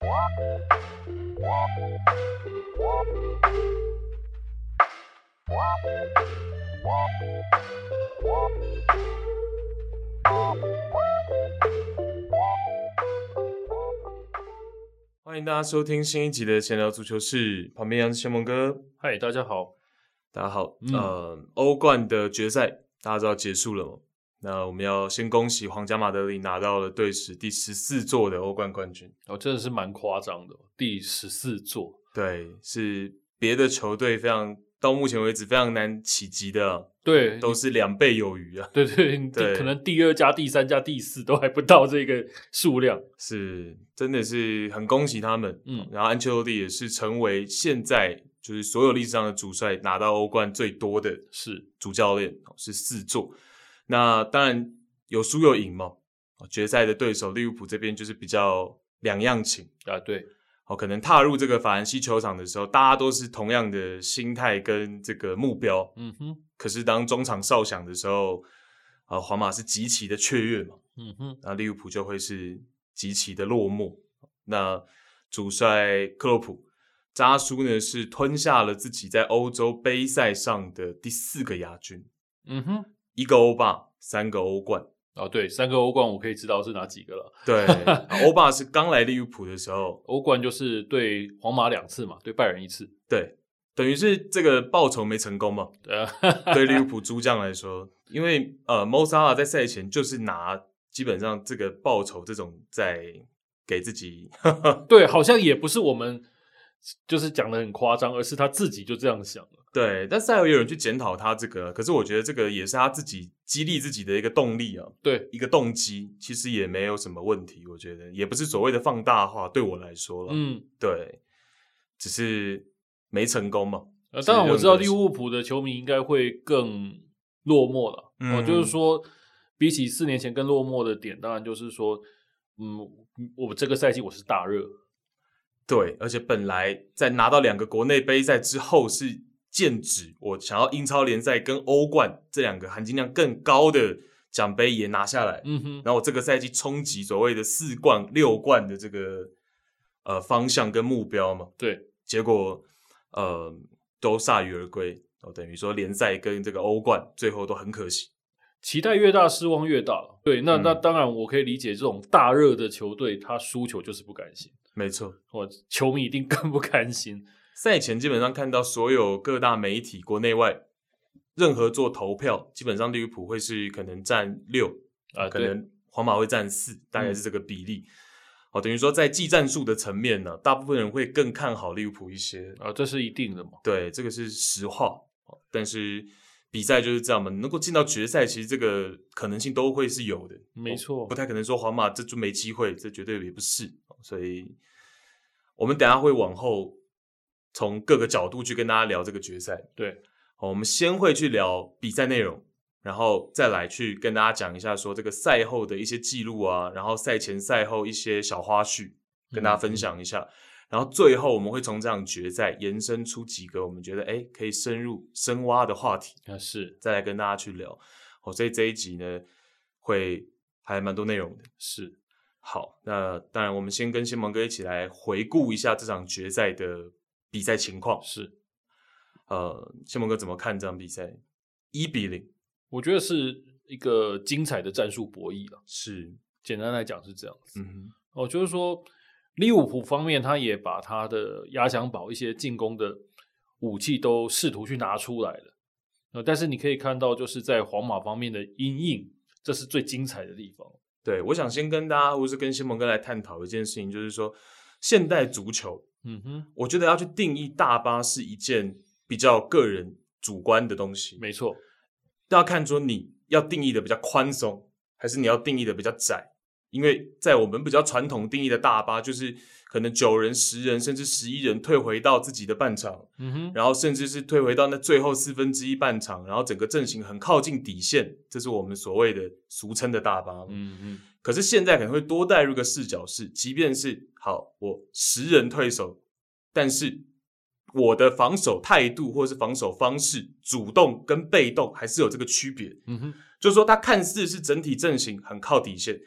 欢迎大家收听新一集的闲聊足球室，旁边杨是先蒙哥。 嗨，大家好， 大家好。欧冠的决赛大家知道结束了吗？那我们要先恭喜皇家马德里拿到了队史第14座的欧冠冠军。 真的是蛮夸张的，第14座。 对，是别的球队到目前为止非常难企及的。 对， 都是2倍有余啊。 对，可能第2加第3加第4都还不到这个数量。 是，真的是很恭喜他们。然后安切洛蒂也是成为现在就是所有历史上的主帅拿到欧冠最多的主教练，是4座。那当然有输有赢嘛。决赛的对手利物浦这边就是比较两样情啊，对。 可能踏入这个法兰西球场的时候，大家都是同样的心态跟这个目标。可是当中场哨响的时候，皇马是极其的雀跃嘛。那利物浦就会是极其的落寞。那主帅克洛普扎叔呢是吞下了自己在欧洲杯赛上的第4个亚军。1个欧霸，3个欧冠。 对，3个欧冠我可以知道是哪几个了。 对，欧霸是刚来利物浦的时候， 欧冠就是对皇马2次嘛，对拜仁1次。 对，等于是这个报仇没成功嘛。对利物浦诸将来说，因为Mo Salah 在赛前就是拿基本上这个报仇这种在给自己对，好像也不是我们就是讲得很夸张，而是他自己就这样想了。 对，但赛后也有人去检讨他这个，可是我觉得这个也是他自己激励自己的一个动力啊， 对， 一个动机，其实也没有什么问题，我觉得也不是所谓的放大化，对我来说了，对，只是没成功嘛。 当然我知道利物浦的球迷应该会更落寞了，就是说比起4年前更落寞的点，当然就是说，我这个赛季我是大热， 对，而且本来在拿到2个国内杯赛之后是剑指我想要英超联赛跟欧冠这2个含金量更高的奖杯也拿下来，然后我这个赛季冲击所谓的4冠6冠的这个方向跟目标嘛， 对， 结果都铩羽而归，等于说联赛跟这个欧冠最后都很可惜， 期待越大失望越大了。对，那当然我可以理解这种大热的球队他输球就是不甘心， 没错， 球迷一定更不甘心。 赛前基本上看到所有各大媒体国内外任何做投票，基本上利物浦会是可能占6可能皇马会占4，大概是这个比例。等于说在技战术的层面呢，大部分人会更看好利物浦一些这是一定的嘛。 对，这个是实话。但是比赛就是这样嘛，能够进到决赛，其实这个可能性都会是有的。 没错， 不太可能说皇马这就没机会，这绝对也不是。所以我们等一下会往后从各个角度去跟大家聊这个决赛。 对， 我们先会去聊比赛内容，然后再来去跟大家讲一下说这个赛后的一些记录啊，然后赛前赛后一些小花絮跟大家分享一下，然后最后我们会从这场决赛延伸出几个我们觉得可以深挖的话题， 是再来跟大家去聊。所以这一集呢会还蛮多内容的。 是， 好，那当然我们先跟先蒙哥一起来回顾一下这场决赛的比赛情况。 是， 先蒙哥怎么看这场比赛？1-0， 我觉得是一个精彩的战术博弈了。 是， 简单来讲是这样子。就是说利物浦方面他也把他的压箱宝一些进攻的武器都试图去拿出来了。但是你可以看到就是在皇马方面的因应，这是最精彩的地方。 对，我想先跟大家或是跟先蒙哥来探讨一件事情，就是说现代足球，我觉得要去定义大巴是一件比较个人主观的东西。 没错， 要看说你要定义的比较宽松，还是你要定义的比较窄。因为在我们比较传统定义的大巴，就是可能9人、10人甚至11人退回到自己的半场，然后甚至是退回到那最后1/4半场，然后整个阵型很靠近底线，这是我们所谓的俗称的大巴。可是现在可能会多带入个视角是，即便是好我10人退守，但是我的防守态度或是防守方式，主动跟被动还是有这个区别。就是说它看似是整体阵型很靠底线，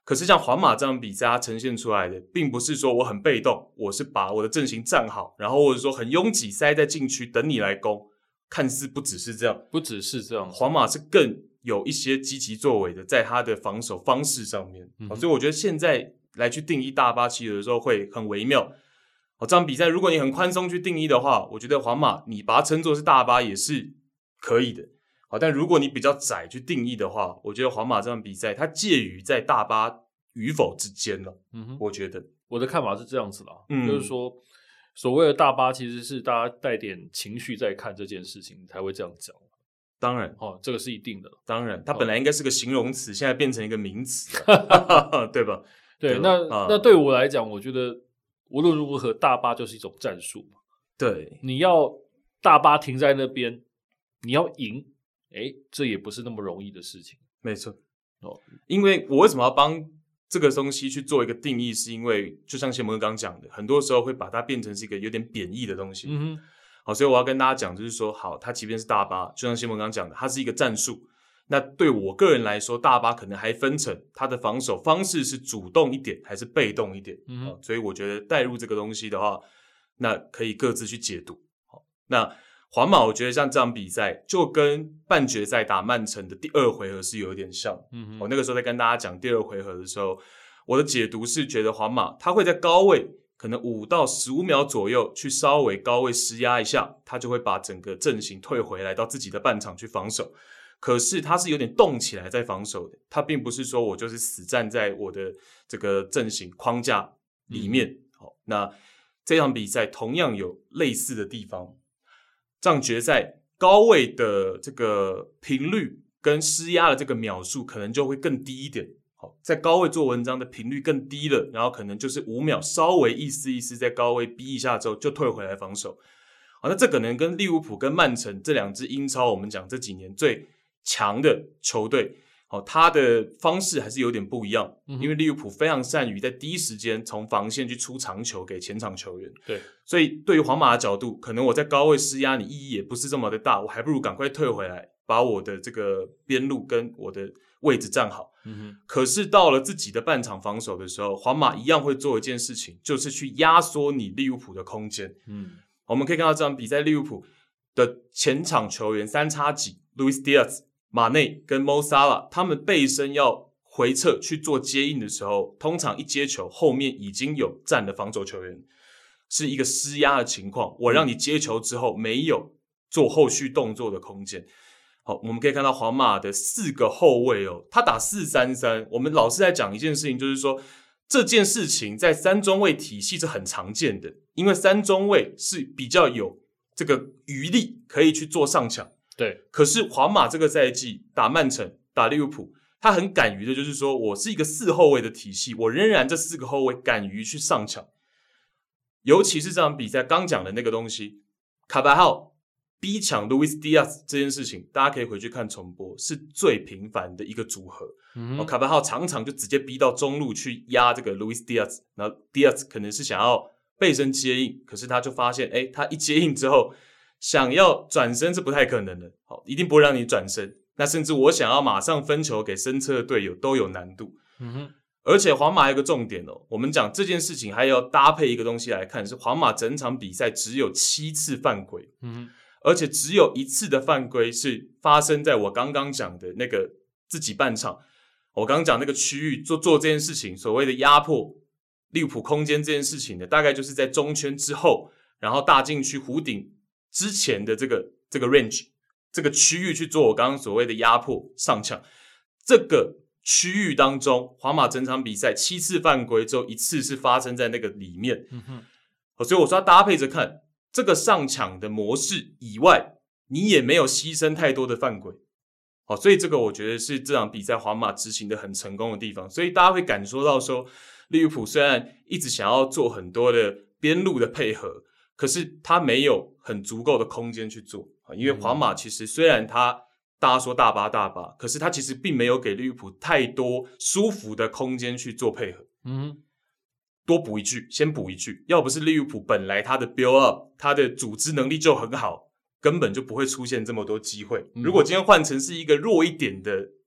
可是像皇马这场比赛，它呈现出来的并不是说我很被动，我是把我的阵型站好，然后或者说很拥挤塞在禁区等你来攻，看似不只是这样， 不只是这样， 皇马是更有一些积极作为的，在他的防守方式上面。所以我觉得现在来去定义大巴，其实有的时候会很微妙。这场比赛如果你很宽松去定义的话，我觉得皇马你把它称作是大巴也是可以的。但如果你比较窄去定义的话，我觉得皇马这场比赛它介于在大巴与否之间了。我觉得我的看法是这样子啦，就是说所谓的大巴其实是大家带点情绪在看这件事情才会这样讲。 当然这个是一定的。 当然它本来应该是个形容词，现在变成一个名词对吧？ 对，那对我来讲，我觉得无论如何大巴就是一种战术嘛。 对， 你要大巴停在那边，你要赢，这也不是那么容易的事情。 没错。因为我为什么要帮这个东西去做一个定义，是因为就像谢蒙刚讲的，很多时候会把它变成是一个有点贬义的东西。所以我要跟大家讲，就是说，好，它即便是大巴，就像谢蒙刚讲的，它是一个战术。那对我个人来说，大巴可能还分成它的防守方式是主动一点还是被动一点。所以我觉得带入这个东西的话，那可以各自去解读。那皇马我觉得像这场比赛就跟半决赛打曼城的第2回合是有点像。我那个时候在跟大家讲第2回合的时候，我的解读是觉得皇马他会在高位可能5到15秒左右去稍微高位施压一下，他就会把整个阵型退回来到自己的半场去防守。可是他是有点动起来在防守的，他并不是说我就是死站在我的这个阵型框架里面。那这场比赛同样有类似的地方，这样决赛高位的这个频率跟施压的这个秒数可能就会更低一点。在高位做文章的频率更低了，然后可能就是5秒稍微意思在高位逼一下之后就退回来防守。那这可能跟利物浦跟曼城这2支英超我们讲这几年最强的球队，他的方式还是有点不一样。因为利物浦非常善于在第一时间从防线去出长球给前场球员。 对， 所以对于皇马的角度，可能我在高位施压你意义也不是这么的大，我还不如赶快退回来，把我的这个边路跟我的位置站好。可是到了自己的半场防守的时候，皇马一样会做一件事情，就是去压缩你利物浦的空间。我们可以看到这场比赛利物浦的前场球员3叉戟 Luis Diaz、马内跟 Mo Salah 他们背身要回撤去做接应的时候，通常一接球后面已经有站的防守球员，是一个施压的情况，我让你接球之后没有做后续动作的空间。我们可以看到皇马的4个后卫他打 4-3-3， 我们老是在讲一件事情，就是说这件事情在3中卫体系是很常见的，因为3中卫是比较有这个余力可以去做上抢。 对， 可是皇马这个赛季打曼城打利物浦，他很敢于的就是说我是一个4后卫的体系，我仍然这4个后卫敢于去上抢。尤其是这场比赛刚讲的那个东西，卡巴浩逼抢 Luis Diaz 这件事情，大家可以回去看重播，是最频繁的一个组合。卡巴浩常常就直接逼到中路去压这个 Luis Diaz， 然后 Diaz 可能是想要背身接应，可是他就发现他一接应之后想要转身是不太可能的，一定不会让你转身，那甚至我想要马上分球给身侧的队友都有难度。而且皇马还有一个重点我们讲这件事情还要搭配一个东西来看，是皇马整场比赛只有7次犯规。而且只有1次的犯规是发生在我刚刚讲的那个自己半场，我刚刚讲那个区域做这件事情，所谓的压迫利物浦空间这件事情的，大概就是在中圈之后，然后大禁区弧顶之前的这个 range 这个区域去做我刚刚所谓的压迫上抢。这个区域当中，皇马整场比赛7次犯规之后1次是发生在那个里面。所以我说要搭配着看这个上抢的模式以外，你也没有牺牲太多的犯规。所以这个我觉得是这场比赛皇马执行的很成功的地方。所以大家会感受到说，利物浦虽然一直想要做很多的边路的配合，可是他没有很足够的空间去做。因为皇马其实虽然大家说大巴，可是他其实并没有给利物浦太多舒服的空间去做配合。多补一句，先补一句，要不是利物浦本来他的 build up， 他的组织能力就很好，根本就不会出现这么多机会。如果今天换成是一个弱一点的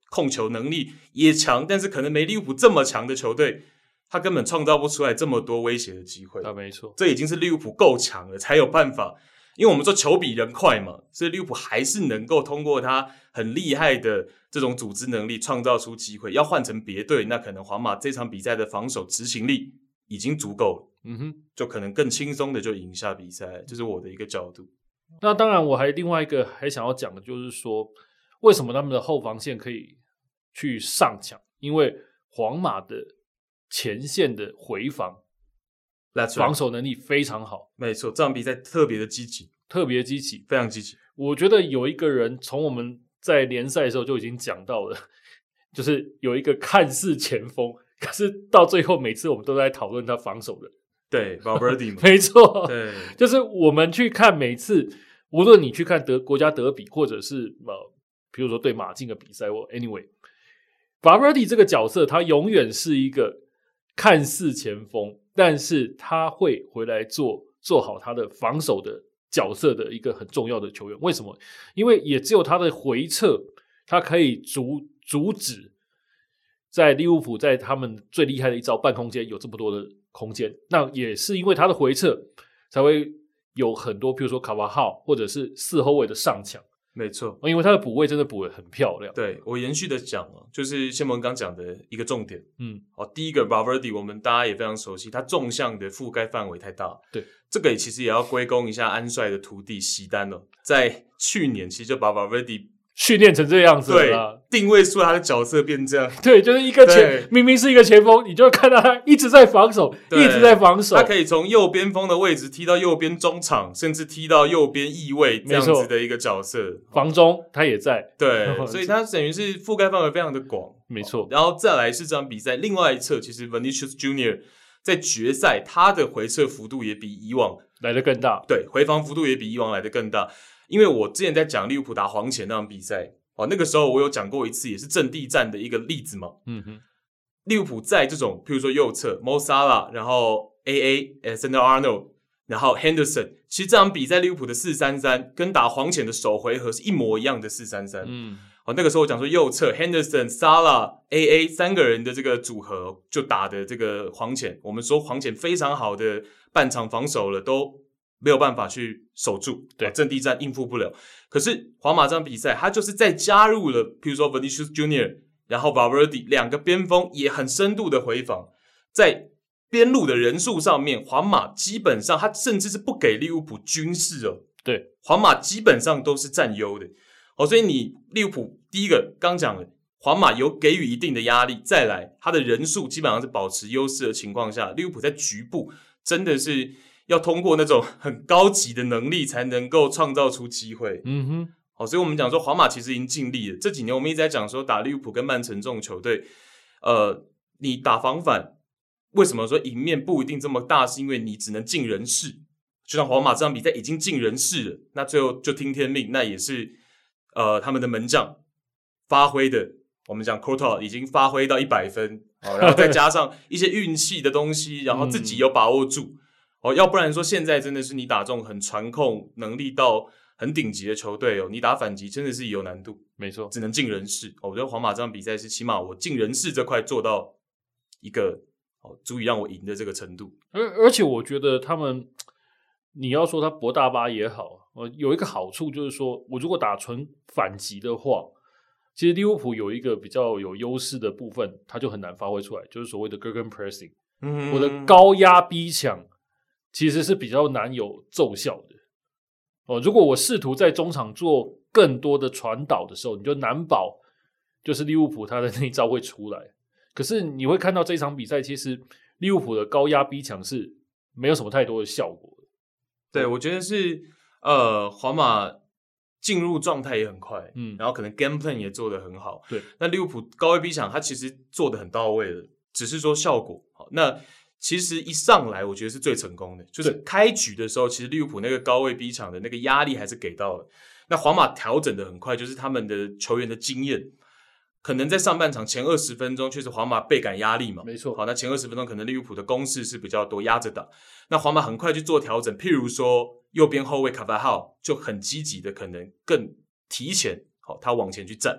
控球能力也强，但是可能没利物浦这么强的球队，他根本创造不出来这么多威胁的机会。 没错， 这已经是利物浦够强了，才有办法。因为我们说球比人快嘛，所以利物浦还是能够通过他很厉害的这种组织能力创造出机会。要换成别队，那可能皇马这场比赛的防守执行力已经足够了，就可能更轻松的就赢下比赛，这是我的一个角度。 那当然，我还另外一个还想要讲的就是说，为什么他们的后防线可以去上抢？因为皇马的前线的回防。防守能力非常好， 没错，这场比赛特别的积极， 非常积极。我觉得有一个人从我们在联赛的时候就已经讲到了，就是有一个看似前锋，可是到最后每次我们都在讨论他防守的， 对 Valverde 没错， 对， 就是我们去看每次，无论你去看国家德比，或者是比如说对马竞的比赛，或 anyway，Valverde 这个角色他永远是一个看似前锋，但是他会回来做好他的防守的角色的一个很重要的球员。为什么？因为也只有他的回撤，他可以阻止在利物浦在他们最厉害的一招半空间有这么多的空间。那也是因为他的回撤，才会有很多，比如说卡瓦浩或者是四后卫的上抢。 没错， 因为他的补位真的补得很漂亮。 对，我延续的讲就是谢蒙刚讲的一个重点。第一个 Valverde 我们大家也非常熟悉，他纵向的覆盖范围太大。 对， 这个其实也要归功一下安帅的徒弟席丹了，在去年其实就把 Valverde 训练成这样子了， 对，定位出他的角色变这样。 对，就是一个明明是一个前锋，你就看到他一直在防守，一直在防守。 他可以从右边锋的位置踢到右边中场，甚至踢到右边翼位，这样子的一个角色。 防中他也在， 对，所以他等于是覆盖范围非常的广， 没错。 然后再来是这场比赛另外一侧，其实 Vinicius Junior 在决赛他的回撤幅度也比以往来得更大， 对，回防幅度也比以往来得更大。因为我之前在讲利物浦打黄潜那场比赛，那个时候我有讲过一次，也是阵地战的一个例子嘛。利物浦在这种，譬如说右侧 Mo Salah， 然后 Alexander-Arnold， 然后 Henderson， 其实这场比赛利物浦的 4-3-3 跟打黄潜的首回合是一模一样的 4-3-3。那个时候我讲说右侧 Henderson、Salah、AA 三个人的这个组合就打的这个黄潜，我们说黄潜非常好的半场防守了，都没有办法去守住，对，阵地战应付不了。可是皇马这场比赛，他就是再加入了，譬如说 Vinicius Junior， 然后 Valverde 两个边锋也很深度的回防，在边路的人数上面，皇马基本上他甚至是不给利物浦均势哦， 对， 皇马基本上都是占优的。所以你利物浦第一个刚讲了，皇马有给予一定的压力，再来他的人数基本上是保持优势的情况下，利物浦在局部真的是要通过那种很高级的能力才能够创造出机会。所以我们讲说皇马其实已经尽力了。这几年我们一直在讲说打利物浦跟曼城这种球队，你打防反，为什么说赢面不一定这么大，是因为你只能尽人事。就像皇马这场比赛已经尽人事了，那最后就听天命，那也是他们的门将发挥的，我们讲 Courtois 已经发挥到100分，然后再加上一些运气的东西，然后自己有把握住。要不然说现在真的是你打这种很传控能力到很顶级的球队你打反击真的是有难度， 没错， 只能尽人事。我觉得皇马这场比赛是起码我尽人事这块做到一个足以让我赢的这个程度。 而且我觉得他们，你要说他博大巴也好，有一个好处就是说，我如果打纯反击的话，其实利物浦有一个比较有优势的部分，他就很难发挥出来，就是所谓的 Gegenpressing，我的高压逼抢其实是比较难有奏效的。如果我试图在中场做更多的传导的时候，你就难保就是利物浦他的那一招会出来。可是你会看到这场比赛，其实利物浦的高压逼抢是没有什么太多的效果的。 对，我觉得是皇马进入状态也很快，然后可能 game plan 也做得很好。 对， 那利物浦高位逼抢他其实做得很到位了，只是说效果好。那其实一上来我觉得是最成功的，就是开局的时候，其实利物浦那个高位逼抢的那个压力还是给到了。那皇马调整的很快，就是他们的球员的经验，可能在上半场前20分钟确实皇马倍感压力嘛， 没错。 好，那前20分钟可能利物浦的攻势是比较多压着打，那皇马很快去做调整，譬如说右边后卫卡瓦浩就很积极的可能更提前他往前去站，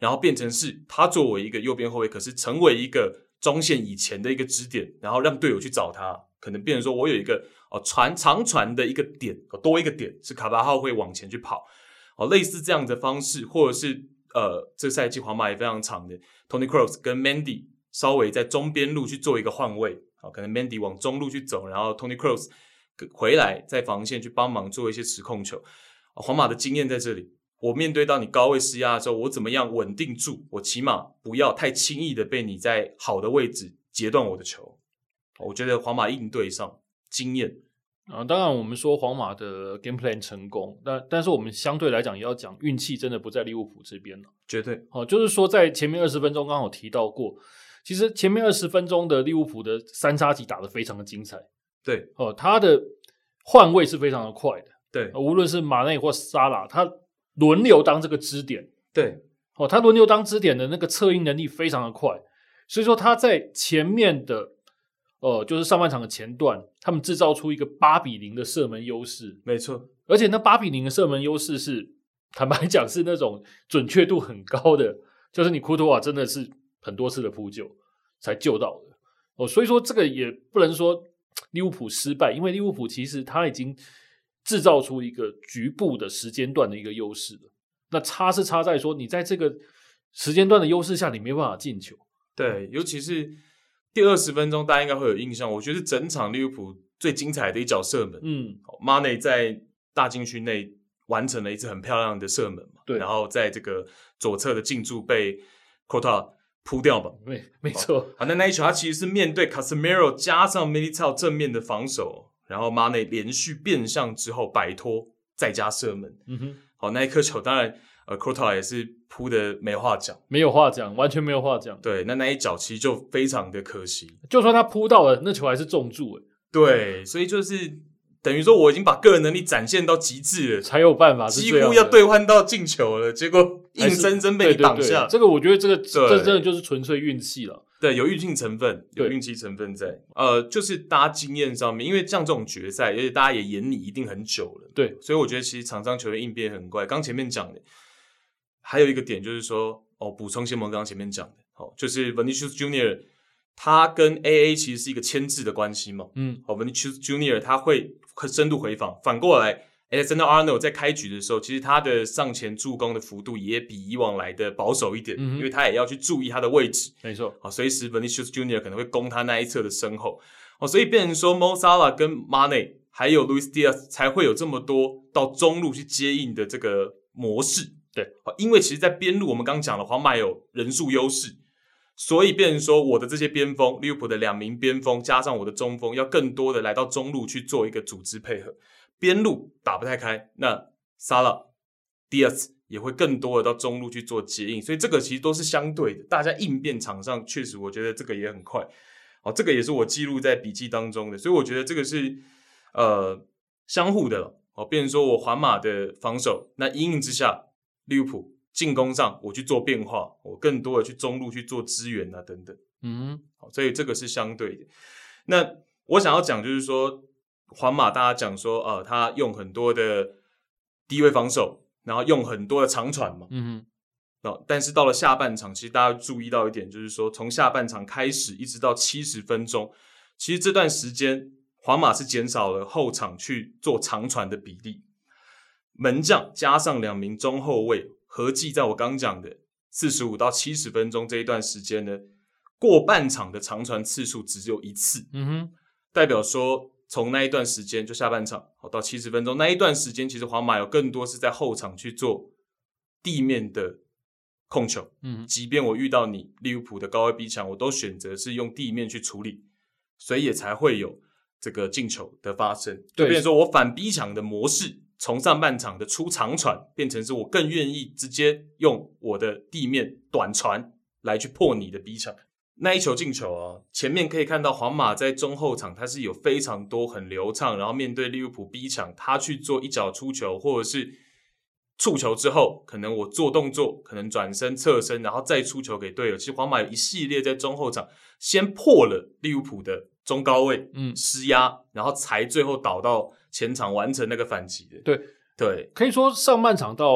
然后变成是他作为一个右边后卫，可是成为一个中线以前的一个支点，然后让队友去找他，可能变成说我有一个长传的一个点，多一个点是卡巴浩会往前去跑，类似这样的方式，或者是这赛季皇马也非常长的 Toni Kroos 跟 Mendy 稍微在中边路去做一个换位，可能 Mendy 往中路去走，然后 Toni Kroos 回来在防线去帮忙做一些持控球。皇马的经验在这里，我面对到你高位施压的时候，我怎么样稳定住，我起码不要太轻易的被你在好的位置截断我的球。我觉得皇马应对上经验当然我们说皇马的 game plan 成功，但是我们相对来讲也要讲运气真的不在利物浦这边了， 绝对就是说在前面20分钟刚好提到过，其实前面20分钟的利物浦的三叉戟打得非常的精彩， 对他的换位是非常的快的， 对无论是马内或沙拉，他轮流当这个支点， 对他轮流当支点的那个策应能力非常的快，所以说他在前面的就是上半场的前段，他们制造出一个8-0的射门优势， 没错， 而且那8-0的射门优势是坦白讲是那种准确度很高的，就是你库图瓦真的是很多次的扑救才救到的所以说这个也不能说利物浦失败，因为利物浦其实他已经制造出一个局部的时间段的一个优势了，那差是差在说你在这个时间段的优势下你没办法进球， 对，尤其是第20分钟大家应该会有印象，我觉得整场利物浦最精彩的一脚射门Mane 在大禁区内完成了一次很漂亮的射门嘛， 对， 然后在这个左侧的进驻被 Courtois 扑掉嘛， 没错那一球他其实是面对 Casemiro 加上 Militao 正面的防守，然后 Mane 连续变向之后摆脱再加射门那一颗球当然Courtois 也是扑的没话讲， 没有话讲，完全没有话讲。 对，那一脚其实就非常的可惜， 就算他扑到了，那球还是中柱对，所以就是等于说我已经把个人能力展现到极致了， 才有办法几乎要兑换到进球了，结果硬生生被你挡下。 对，这个我觉得这真的就是纯粹运气了。 对，有运气成分，有运气成分在。就是大家经验上面，因为像这种决赛，而且大家也演你一定很久了， 对， 所以我觉得其实场上球员应变很快。刚前面讲的，还有一个点就是说，补充先蒙刚前面讲的，就是 Vinicius Junior 他跟 AA 其实是一个牵制的关系嘛，Vinicius Junior 他会深度回防，反过来 Alexander Arnold 在开局的时候，其实他的上前助攻的幅度也比以往来的保守一点，因为他也要去注意他的位置， 没错， 随时 Vinicius Junior 可能会攻他那一侧的身后，所以变成说 Mo Salah 跟 Mane 还有 Luis Diaz 才会有这么多到中路去接应的这个模式， 对， 因为其实在边路我们刚讲了皇马有人数优势，所以变成说我的这些边锋，利物浦的2名边锋加上我的中锋，要更多的来到中路去做一个组织配合，边路打不太开，那 Salah、Diaz 也会更多的到中路去做接应，所以这个其实都是相对的，大家应变场上确实我觉得这个也很快，这个也是我记录在笔记当中的，所以我觉得这个是相互的了，变成说我皇马的防守，那因应之下利物浦进攻上我去做变化，我更多的去中路去做支援啊等等，所以这个是相对的。那我想要讲就是说皇马大家讲说他用很多的低位防守，然后用很多的长传嘛，但是到了下半场其实大家注意到一点，就是说从下半场开始一直到70分钟，其实这段时间皇马是减少了后场去做长传的比例，门将加上2名中后卫合计在我刚讲的45到70分钟这一段时间呢，过半场的长传次数只有1次，代表说从那一段时间就下半场到70分钟那一段时间，其实皇马有更多是在后场去做地面的控球，即便我遇到你利物浦的高位逼抢，我都选择是用地面去处理，所以也才会有这个进球的发生，就变成说我反逼抢的模式从上半场的出长传变成是我更愿意直接用我的地面短传来去破你的逼抢。那一球进球前面可以看到皇马在中后场它是有非常多很流畅，然后面对利物浦逼抢他去做一脚出球或者是触球之后可能我做动作可能转身侧身然后再出球给队友，其实皇马有一系列在中后场先破了利物浦的中高位施压，然后才最后导到前场完成那个反击的。 对，可以说上半场到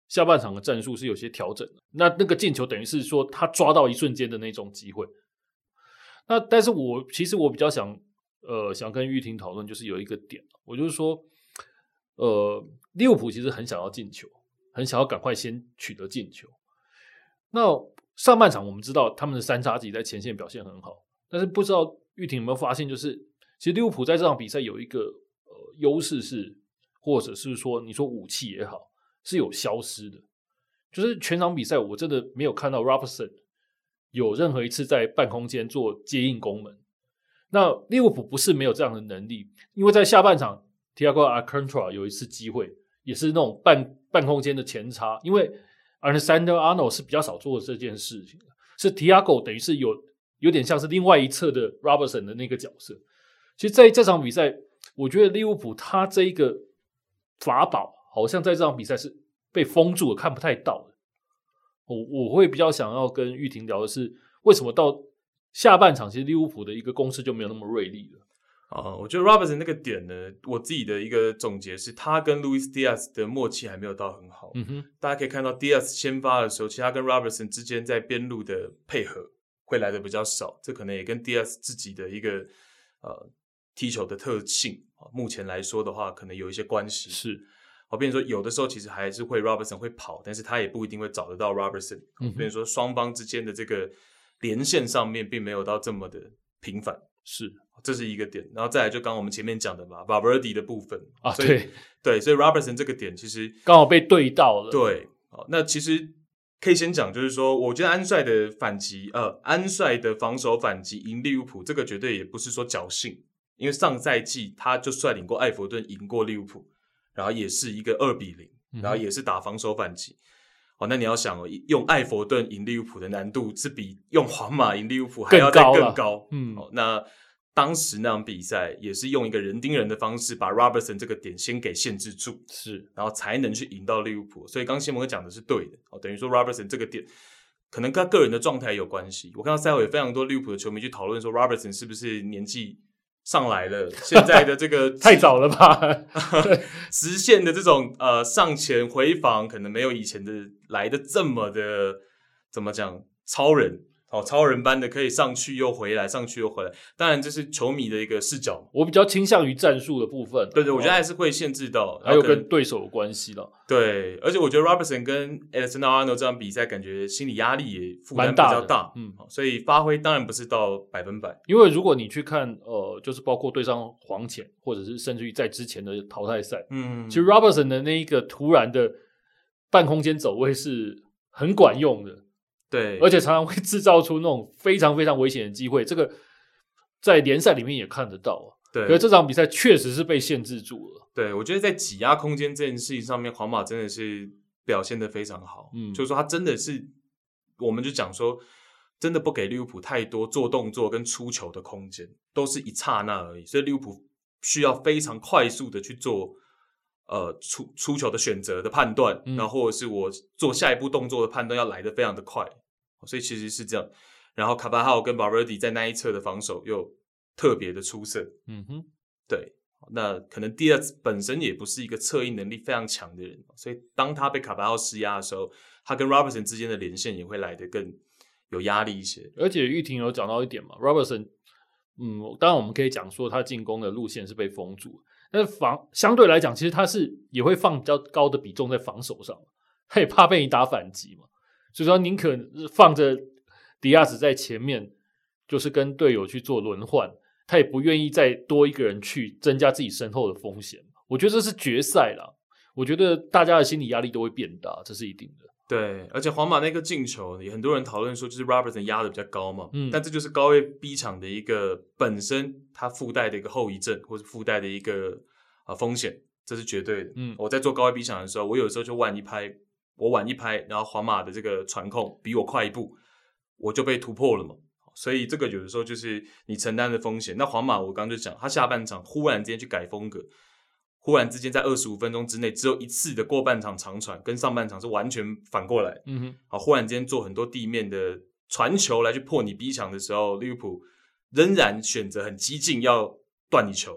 下半场的战术是有些调整的。那个进球等于是说他抓到一瞬间的那种机会。那但是其实我比较想跟玉婷讨论，就是有一个点，我就是说利物浦其实很想要进球，很想要赶快先取得进球。那上半场我们知道他们的三叉戟在前线表现很好，但是不知道玉婷有没有发现，就是其实利物浦在这场比赛有一个优势是，或者是说你说武器也好，是有消失的。就是全场比赛我真的没有看到 Robertson 有任何一次在半空间做接应攻门。那利物浦不是没有这样的能力，因为在下半场 Thiago Alcantara 有一次机会，也是那种半空间的前插，因为 Alexander Arnold 是比较少做的这件事情，是 Thiago 等于是有点像是另外一侧的 Robertson 的那个角色。其实在这场比赛，我觉得利物浦他这一个法宝好像在这场比赛是被封住了，看不太到的。我会比较想要跟玉婷聊的是，为什么到下半场其实利物浦的一个攻势就没有那么锐利了。 我觉得 Robertson 那个点呢，我自己的一个总结是，他跟 Luis Diaz 的默契还没有到很好。大家可以看到 Diaz 先发的时候，其实他跟 Robertson 之间在边路的配合会来的比较少，这可能也跟 Diaz 自己的一个踢球的特性，目前来说的话，可能有一些关系。 是， 比如说有的时候其实还是会 Robertson 会跑，但是他也不一定会找得到 Robertson。比如说双方之间的这个连线上面并没有到这么的频繁。 是， 这是一个点。然后再来就刚刚我们前面讲的嘛 Valverde 的部分啊， 对，所以 Robertson 这个点其实刚好被对到了。 对，那其实可以先讲，就是说，我觉得安帅的反击，安帅的防守反击赢利物浦，这个绝对也不是说侥幸，因为上赛季他就率领过艾弗顿赢过利物浦，然后也是一个2-0，然后也是打防守反击。那你要想用艾弗顿赢利物浦的难度是比用皇马赢利物浦还要再更高。那当时那场比赛也是用一个人盯人的方式把 Robertson 这个点先给限制住， 是， 然后才能去赢到利物浦。所以刚先蒙讲的是对的，等于说 Robertson 这个点可能跟他个人的状态有关系。我看到赛后有非常多利物浦的球迷去讨论说 Robertson 是不是年纪上来了，现在的这个太早了吧直线的这种上前回防可能没有以前的来的这么的怎么讲超人般的可以上去又回来上去又回来。当然这是球迷的一个视角， 我比较倾向于战术的部分。 对，我觉得还是会限制到， 还有跟对手有关系的。 对，而且我觉得 Robertson 跟 Alexander Arnold 这场比赛感觉心理压力也负担比较大，所以发挥当然不是到100%。 因为如果你去看就是包括对上黄潜，或者是甚至于在之前的淘汰赛，其实 Robertson 的那一个突然的半空间走位是很管用的。 对， 而且常常会制造出那种非常非常危险的机会，这个在联赛里面也看得到。 对， 可是这场比赛确实是被限制住了。 对，我觉得在挤压空间这件事情上面，皇马真的是表现得非常好。就是说他真的是，我们就讲说，真的不给利物浦太多做动作跟出球的空间，都是一刹那而已。所以利物浦需要非常快速的去做出球的选择的判断，然后或者是我做下一步动作的判断要来得非常的快。所以其实是这样，然后卡巴浩跟 Valverde 在那一侧的防守又特别的出色。对，那可能Diaz本身也不是一个策应能力非常强的人，所以当他被卡巴浩施压的时候，他跟 Robertson 之间的连线也会来得更有压力一些。 而且玉婷有讲到一点嘛 ，Robertson，当然我们可以讲说他进攻的路线是被封住，但是相对来讲，其实他是也会放比较高的比重在防守上，他也怕被你打反击嘛。所以说宁可放着迪亚斯在前面，就是跟队友去做轮换，他也不愿意再多一个人去增加自己身后的风险。我觉得这是决赛啦，我觉得大家的心理压力都会变大，这是一定的。 对，而且皇马那个进球也很多人讨论说就是 Robertson 压的比较高嘛，但这就是高位逼抢的一个本身它附带的一个后遗症或者附带的一个风险，这是绝对的。我在做高位逼抢的时候，我有时候就晚一拍，然后皇马的这个传控比我快一步，我就被突破了嘛。所以这个有的时候就是你承担的风险。那皇马我刚刚就讲，他下半场忽然之间去改风格，忽然之间在25分钟之内只有一次的过半场长传，跟上半场是完全反过来。忽然之间做很多地面的传球来去破你逼抢的时候，利物浦仍然选择很激进要断你球，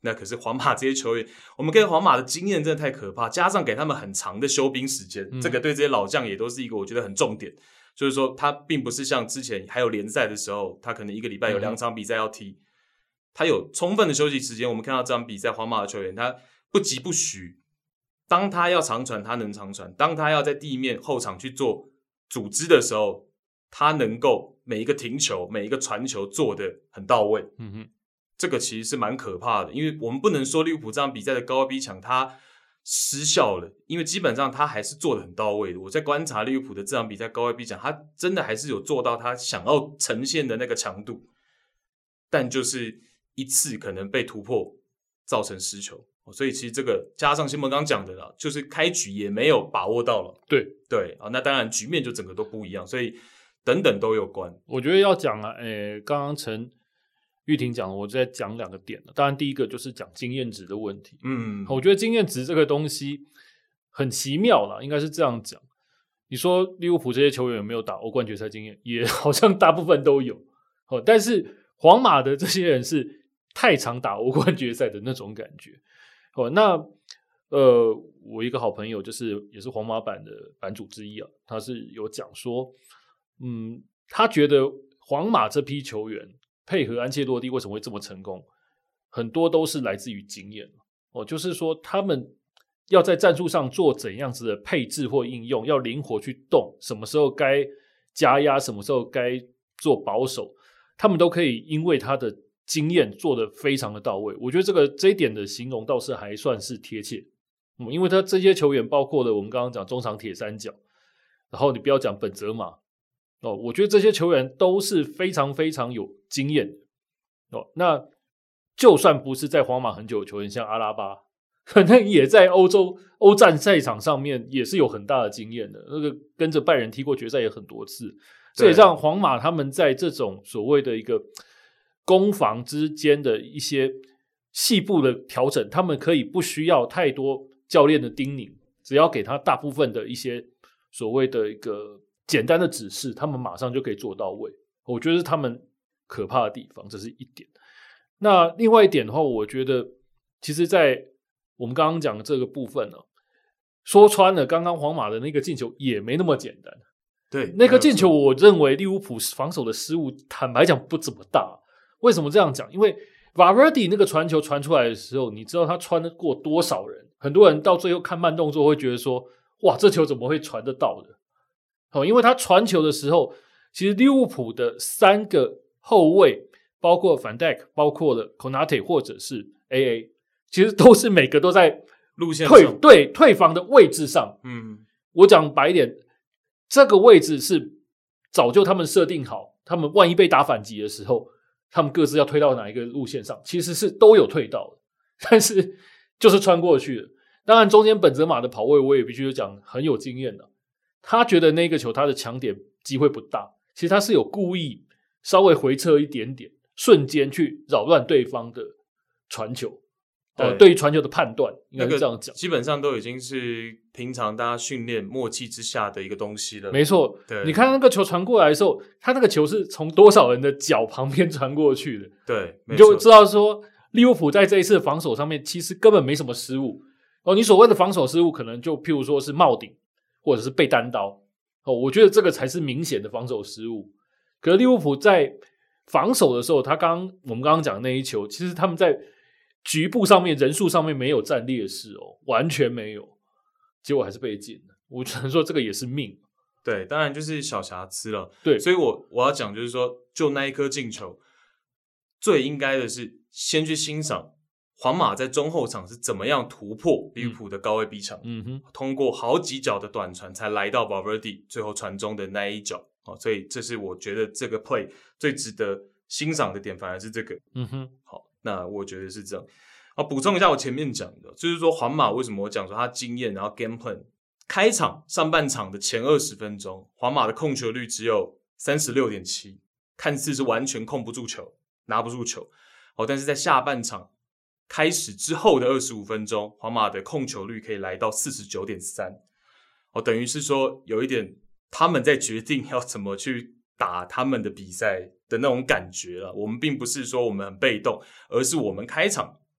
那可是皇马这些球员，我们跟皇马的经验真的太可怕，加上给他们很长的休兵时间，这个对这些老将也都是一个我觉得很重点。就是说，他并不是像之前还有联赛的时候，他可能一个礼拜有2场比赛要踢，他有充分的休息时间。我们看到这场比赛，皇马的球员他不疾不徐，当他要长传，他能长传；当他要在地面后场去做组织的时候，他能够每一个停球、每一个传球做得很到位。这个其实是蛮可怕的，因为我们不能说利物浦这场比赛的高位逼抢他失效了，因为基本上他还是做得很到位的。我在观察利物浦的这场比赛高位逼抢，他真的还是有做到他想要呈现的那个强度，但就是一次可能被突破造成失球，所以其实这个加上新闻刚讲的啦，就是开局也没有把握到了。对，那当然局面就整个都不一样，所以等等都有关。 我觉得要讲啊，刚刚陈玉婷讲了，我再讲2个点。当然第一个就是讲经验值的问题。我觉得经验值这个东西很奇妙啦，应该是这样讲。你说利物浦这些球员有没有打欧冠决赛经验，也好像大部分都有。但是皇马的这些人是太常打欧冠决赛的那种感觉。那我一个好朋友就是也是皇马版的版主之一啊，他是有讲说他觉得皇马这批球员配合安切洛蒂为什么会这么成功，很多都是来自于经验。就是说他们要在战术上做怎样子的配置或应用，要灵活去动，什么时候该加压，什么时候该做保守，他们都可以因为他的经验做得非常的到位。我觉得这一点的形容倒是还算是贴切。因为他这些球员包括了我们刚刚讲中场铁三角，然后你不要讲本泽马我觉得这些球员都是非常非常有经验的那就算不是在皇马很久的球员，像阿拉巴可能也在欧战赛场上面也是有很大的经验的，那个跟着拜仁踢过决赛也很多次，这也让皇马他们在这种所谓的一个攻防之间的一些细部的调整，他们可以不需要太多教练的叮咛，只要给他大部分的一些所谓的一个简单的指示，他们马上就可以做到位。我觉得是他们可怕的地方，这是一点。那另外一点的话，我觉得其实在我们刚刚讲的这个部分呢，说穿了，刚刚皇马的那个进球也没那么简单。 对， 那个进球我认为利物浦防守的失误坦白讲不怎么大。为什么这样讲？因为 Vardy 那个传球传出来的时候，你知道他穿得过多少人？很多人到最后看慢动作会觉得说，哇，这球怎么会传得到的？因为他传球的时候，其实利物浦的3个后卫，包括 Van Dijk， 包括了 Konate 或者是 AA， 其实都是每个都在路线上退防的位置上。我讲白一点，这个位置是早就他们设定好，他们万一被打反击的时候，他们各自要推到哪一个路线上，其实是都有退到的，但是就是穿过去了。当然中间本泽马的跑位我也必须讲很有经验的，他觉得那个球他的强点机会不大，其实他是有故意稍微回撤一点点，瞬间去扰乱对方的传球。对于传球的判断应该是这样讲， 基本上都已经是平常大家训练默契之下的一个东西了。 没错，你看那个球传过来的时候，他那个球是从多少人的脚旁边传过去的， 对， 你就知道说利物浦在这一次的防守上面其实根本没什么失误。你所谓的防守失误可能就譬如说是帽顶或者是被单刀我觉得这个才是明显的防守失误。可是利物浦在防守的时候，我们刚刚讲的那一球，其实他们在局部上面人数上面没有占劣势完全没有，结果还是被进了。我只能说这个也是命。 对，当然就是小瑕疵了。 对， 所以我要讲就是说，就那一颗进球，最应该的是先去欣赏皇马在中后场是怎么样突破利物浦的高位逼抢，通过好几脚的短传才来到 Vardy 最后传中的那一脚。所以这是我觉得这个 play 最值得欣赏的点，反而是这个。好，那我觉得是这样。补充一下我前面讲的，就是说皇马为什么我讲说他经验，然后 game plan， 开场上半场的前20分钟，皇马的控球率只有 36.7%， 看似是完全控不住球，拿不住球。但是在下半场开始之后的25分钟，皇马的控球率可以来到 49.3%。等于是说有一点他们在决定要怎么去打他们的比赛的那种感觉了。我们并不是说我们很被动，而是我们开场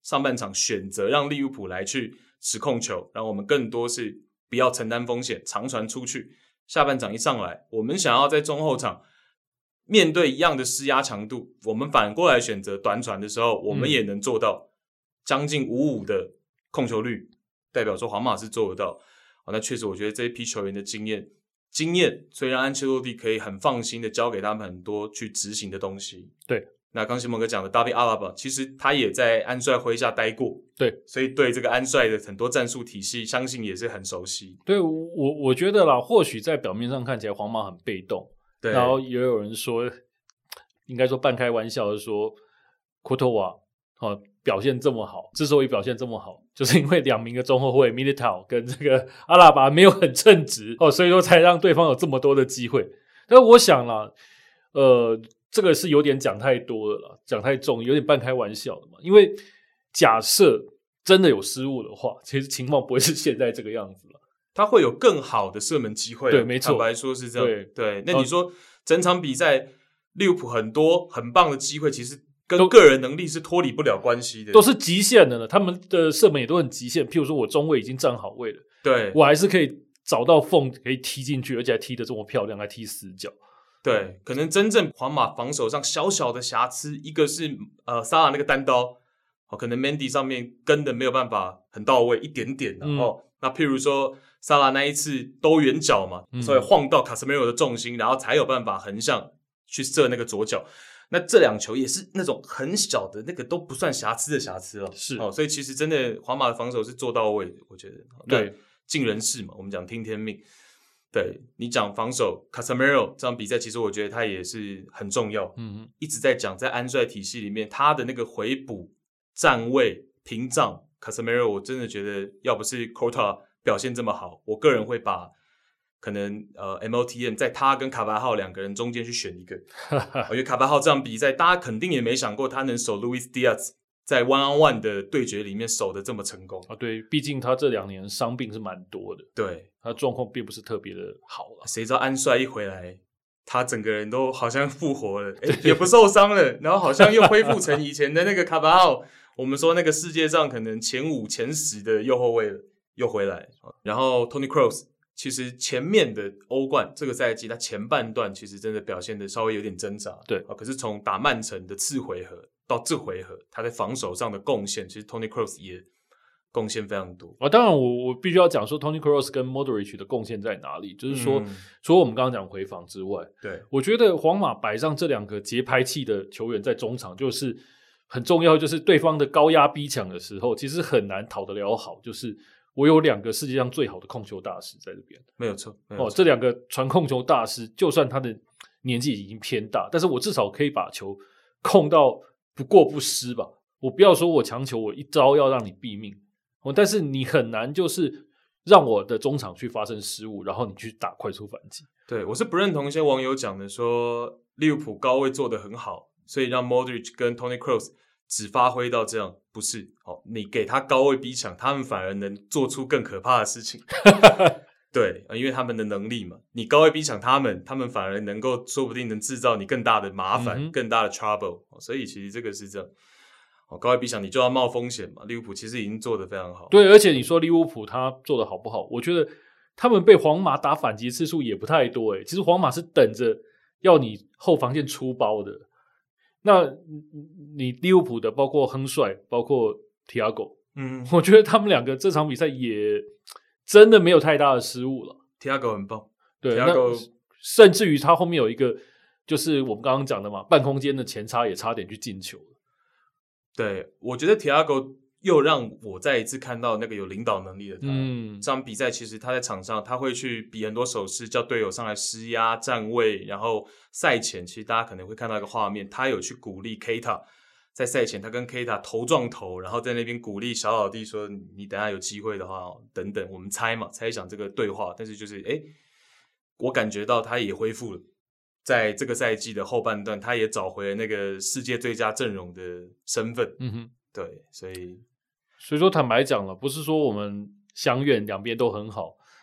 上半场选择让利物浦来去持控球，让我们更多是不要承担风险，长传出去。下半场一上来，我们想要在中后场面对一样的施压强度，我们反过来选择短传的时候，我们也能做到将近5-5的控球率，代表说皇马是做得到。那确实我觉得这一批球员的经验所以让安切洛蒂可以很放心的交给他们很多去执行的东西。 对， 那刚西蒙哥讲的 David Alaba 其实他也在安帅麾下待过， 对， 所以对这个安帅的很多战术体系相信也是很熟悉。 对，我觉得啦，或许在表面上看起来皇马很被动，对，然后也有人说，应该说半开玩笑的说，库托瓦表现这么好，之所以表现这么好，就是因为2名的中后卫 Militao 跟这个阿拉巴没有很称职所以说才让对方有这么多的机会。但我想啦，这个是有点讲太多了啦，讲太重，有点半开玩笑的嘛。因为假设真的有失误的话，其实情况不会是现在这个样子了， 他会有更好的射门机会。 对，没错， 坦白说是这样。对，那你说整场比赛利物浦很多很棒的机会，其实跟个人能力是脱离不了关系的， 都是极限的了。他们的射门也都很极限，譬如说我中卫已经站好位了， 对， 我还是可以找到缝可以踢进去，而且还踢得这么漂亮，还踢死角。 对，可能真正皇马防守上小小的瑕疵，一个是萨拉那个单刀，可能 Mendy 上面跟的没有办法很到位一点点，然后那譬如说萨拉那一次兜圆角嘛，所以晃到 Casemiro 的重心，然后才有办法横向去射那个左脚。那这2球也是那种很小的那个都不算瑕疵的瑕疵了， 是所以其实真的皇马的防守是做到位的，我觉得。 对， 尽人事嘛，我们讲听天命。对，你讲防守 Casemiro 这场比赛，其实我觉得他也是很重要。一直在讲在安帅体系里面，他的那个回补、站位、屏障 Casemiro， 我真的觉得要不是 Courtois 表现这么好，我个人会把可能MOTM 在他跟卡巴浩2个人中间去选一个。因为卡巴浩这场比赛，大家肯定也没想过他能守 Luis Diaz 在 1-on-1 的对决里面守得这么成功对，毕竟他这2年伤病是蛮多的， 对， 他状况并不是特别的好了。 谁知道安帅一回来，他整个人都好像复活了，也不受伤了，然后好像又恢复成以前的那个卡巴浩，我们说那个世界上可能前5、前10的右后卫了，又回来。然后 Toni Kroos 其实前面的欧冠这个赛季，他前半段其实真的表现的稍微有点挣扎， 对， 可是从打曼城的次回合到这回合，他在防守上的贡献，其实 Toni Kroos 也贡献非常多。 当然我必须要讲说 Toni Kroos 跟 Modric 的贡献在哪里，就是说除了我们刚刚讲回防之外， 对， 我觉得皇马摆上这2个节拍器的球员在中场，就是很重要，就是对方的高压逼抢的时候，其实很难讨得了好，就是我有2个世界上最好的控球大师在这边， 没有错。 这2个传控球大师，就算他的年纪已经偏大，但是我至少可以把球控到不过不失吧。我不要说我强求我一招要让你毙命，但是你很难就是让我的中场去发生失误，然后你去打快速反击。 对，我是不认同一些网友讲的说利物浦高位做得很好，所以让 Modric 跟 Toni Kroos 只发挥到这样，不是你给他高位逼抢，他们反而能做出更可怕的事情。对，因为他们的能力嘛，你高位逼抢他们反而能够说不定能制造你更大的麻烦，更大的 trouble。所以其实这个是这样。高位逼抢你就要冒风险嘛，利物浦其实已经做得非常好。 对，而且你说利物浦他做得好不好，我觉得他们被皇马打反击次数也不太多其实皇马是等着要你后防线出包的。那你利物浦的包括亨帅包括 Thiago， 我觉得他们2个这场比赛也真的没有太大的失误了。 Thiago 很棒， 对，甚至于他后面有一个就是我们刚刚讲的嘛，半空间的前插也差点去进球了。 对，我觉得 Thiago 又让我再一次看到那个有领导能力的他。这场比赛其实他在场上他会去比很多手势，叫队友上来施压站位，然后赛前其实大家可能会看到一个画面，他有去鼓励 Keita， 在赛前他跟 Keita 头撞头，然后在那边鼓励小老弟说你等一下有机会的话等等，我们猜想这个对话，但是就是我感觉到他也恢复了，在这个赛季的后半段他也找回了那个世界最佳阵容的身份。对，所以说坦白讲了，不是说我们相怨2边都很好，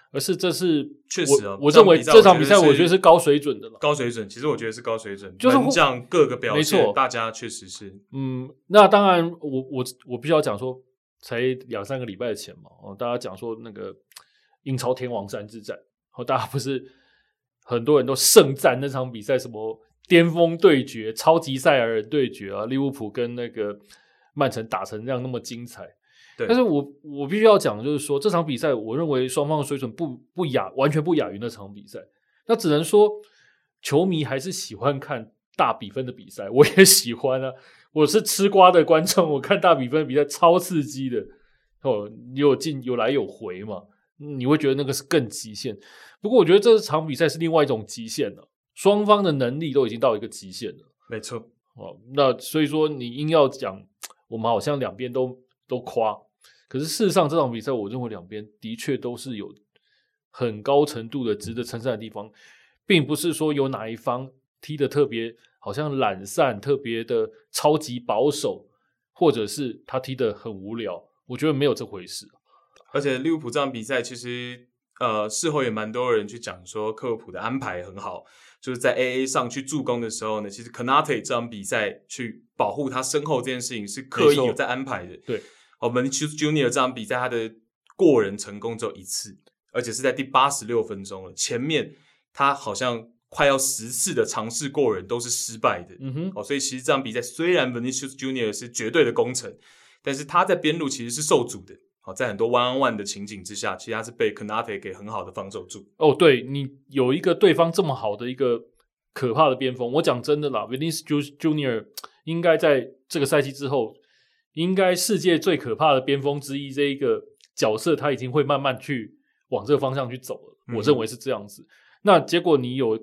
而是这是确实啊， 我认为这场比赛我觉得是高水准的了。 高水准，其实我觉得是高水准， 就是门将各个表现， 没错， 大家确实是。 那当然我必须要讲说，才2-3个礼拜前嘛，大家讲说那个英超天王山之战，大家不是很多人都盛赞那场比赛什么巅峰对决、超级赛亚人对决啊，利物浦跟那个曼城打成这样那么精彩。但是我必须要讲，就是说这场比赛，我认为双方的水准完全不亚于那场比赛。那只能说，球迷还是喜欢看大比分的比赛，我也喜欢啊。我是吃瓜的观众，我看大比分的比赛超刺激的有进有来有回嘛，你会觉得那个是更极限。不过我觉得这场比赛是另外一种极限了，双方的能力都已经到一个极限了。 没错， 那所以说你硬要讲，我们好像两边都夸。可是事实上这场比赛我认为两边的确都是有很高程度的值得称赞的地方，并不是说有哪一方踢得特别好像懒散，特别的超级保守，或者是他踢得很无聊，我觉得没有这回事。 而且利物浦这场比赛其实事后也蛮多人去讲说克洛普的安排很好，就是在 AA 上去助攻的时候呢，其实 Konate 这场比赛去保护他身后这件事情是刻意有在安排的。 对 Vinicius Junior 这场比赛他的过人成功只有1次，而且是在第86分钟了，前面他好像快要10次的尝试过人都是失败的。所以其实这场比赛虽然 Vinicius Junior 是绝对的功臣，但是他在边路其实是受阻的。在很多 1-on-1 的情景之下，其实他是被 Konate 给很好的防守住。 对，你有一个对方这么好的一个可怕的边锋，我讲真的啦 Vinicius Junior 应该在这个赛季之后，应该世界最可怕的边锋之一这一个角色，他已经会慢慢去往这个方向去走了。我认为是这样子。那结果你有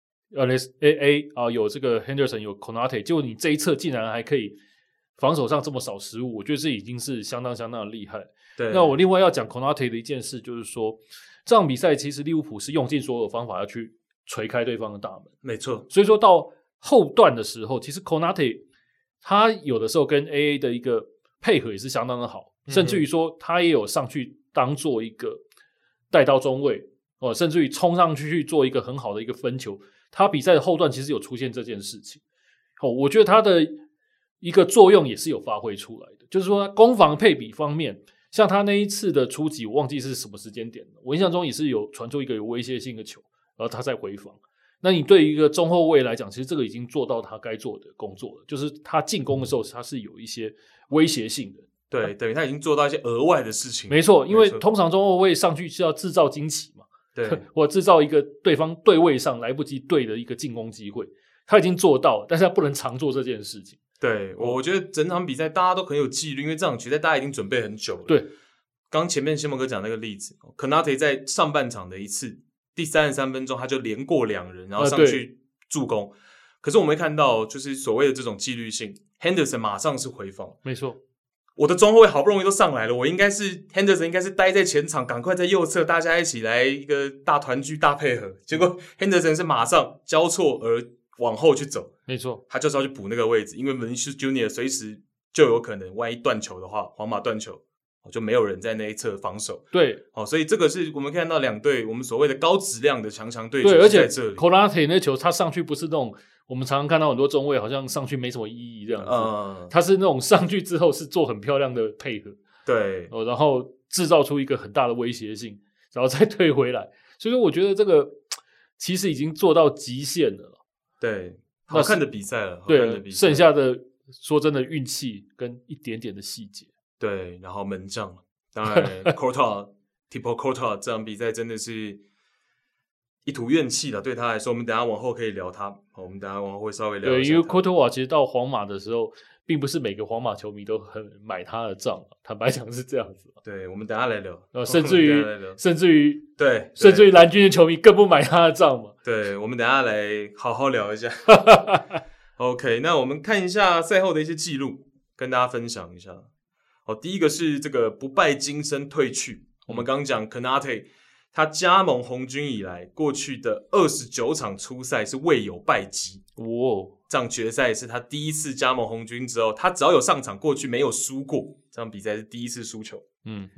AA 有这个 Henderson 有 Konate， 结果你这一侧竟然还可以防守上这么少失误，我觉得这已经是相当的厉害。 对， 那我另外要讲 Konate 的一件事，就是说这场比赛其实利物浦是用尽所有方法要去锤开对方的大门。 没错， 所以说到后段的时候，其实 Konate 他有的时候跟 AA 的一个配合也是相当的好，甚至于说他也有上去当做一个带到中卫甚至于冲上去做一个很好的一个分球。他比赛的后段其实有出现这件事情我觉得他的一个作用也是有发挥出来的，就是说攻防配比方面，像他那一次的出击我忘记是什么时间点了，我印象中也是有传出一个有威胁性的球，然后他再回防。那你对于一个中后卫来讲，其实这个已经做到他该做的工作了，就是他进攻的时候他是有一些威胁性的。 对，等于他已经做到一些额外的事情。 没错，因为通常中后卫上去是要制造惊喜嘛， 对， 或制造一个对方对位上来不及对的一个进攻机会，他已经做到了，但是他不能常做这件事情。 对，我觉得整场比赛大家都很有纪律，因为这场决赛大家已经准备很久了。 对， 刚前面先蒙哥讲那个例子 ，Konate 在上半场的一次第33分钟他就连过2人，然后上去助攻。可是我们会看到，就是所谓的这种纪律性 ，Henderson 马上是回防。 没错， 我的中后卫好不容易都上来了，我应该是 Henderson 应该是待在前场，赶快在右侧，大家一起来一个大团聚、大配合。结果 Henderson 是马上交错而往后去走， 没错， 他就是要去补那个位置，因为 Vinicius Junior 随时就有可能，万一断球的话，皇马断球，就没有人在那一侧防守。 对， 所以这个是我们看到两队我们所谓的高质量的强对决。 对，而且 Konate 那球他上去不是那种我们常常看到很多中卫好像上去没什么意义这样子，他是那种上去之后是做很漂亮的配合， 对， 然后制造出一个很大的威胁性，然后再退回来。所以说我觉得这个其实已经做到极限了。 对，好看的比赛了。 对，剩下的说真的运气跟一点点的细节。 对，然后门将，当然Thibaut Courtois 这场比赛真的是一吐怨气了，对他来说，我们等一下往后可以聊他。我们等一下往后会稍微聊一下。 对，因为 Courtois 其实到皇马的时候，并不是每个皇马球迷都很买他的账，坦白讲是这样子。 对，我们等一下来聊。 甚至于对， 甚至于蓝军的球迷更不买他的账嘛。 对，我们等一下来好好聊一下。OK， 那我们看一下赛后的一些记录，跟大家分享一下。第一个是这个不败金身退去。我们刚刚讲 Konate， 他加盟红军以来，过去的29场出赛是未有败绩。这场决赛是他第一次加盟红军之后，他只要有上场，过去没有输过。这场比赛是第一次输球。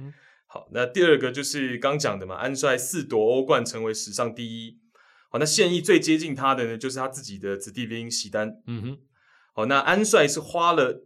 好，那第二个就是刚讲的嘛，安帅4夺欧冠成为史上第一。好，那现役最接近他的呢，就是他自己的子弟兵席丹。好，那安帅是花了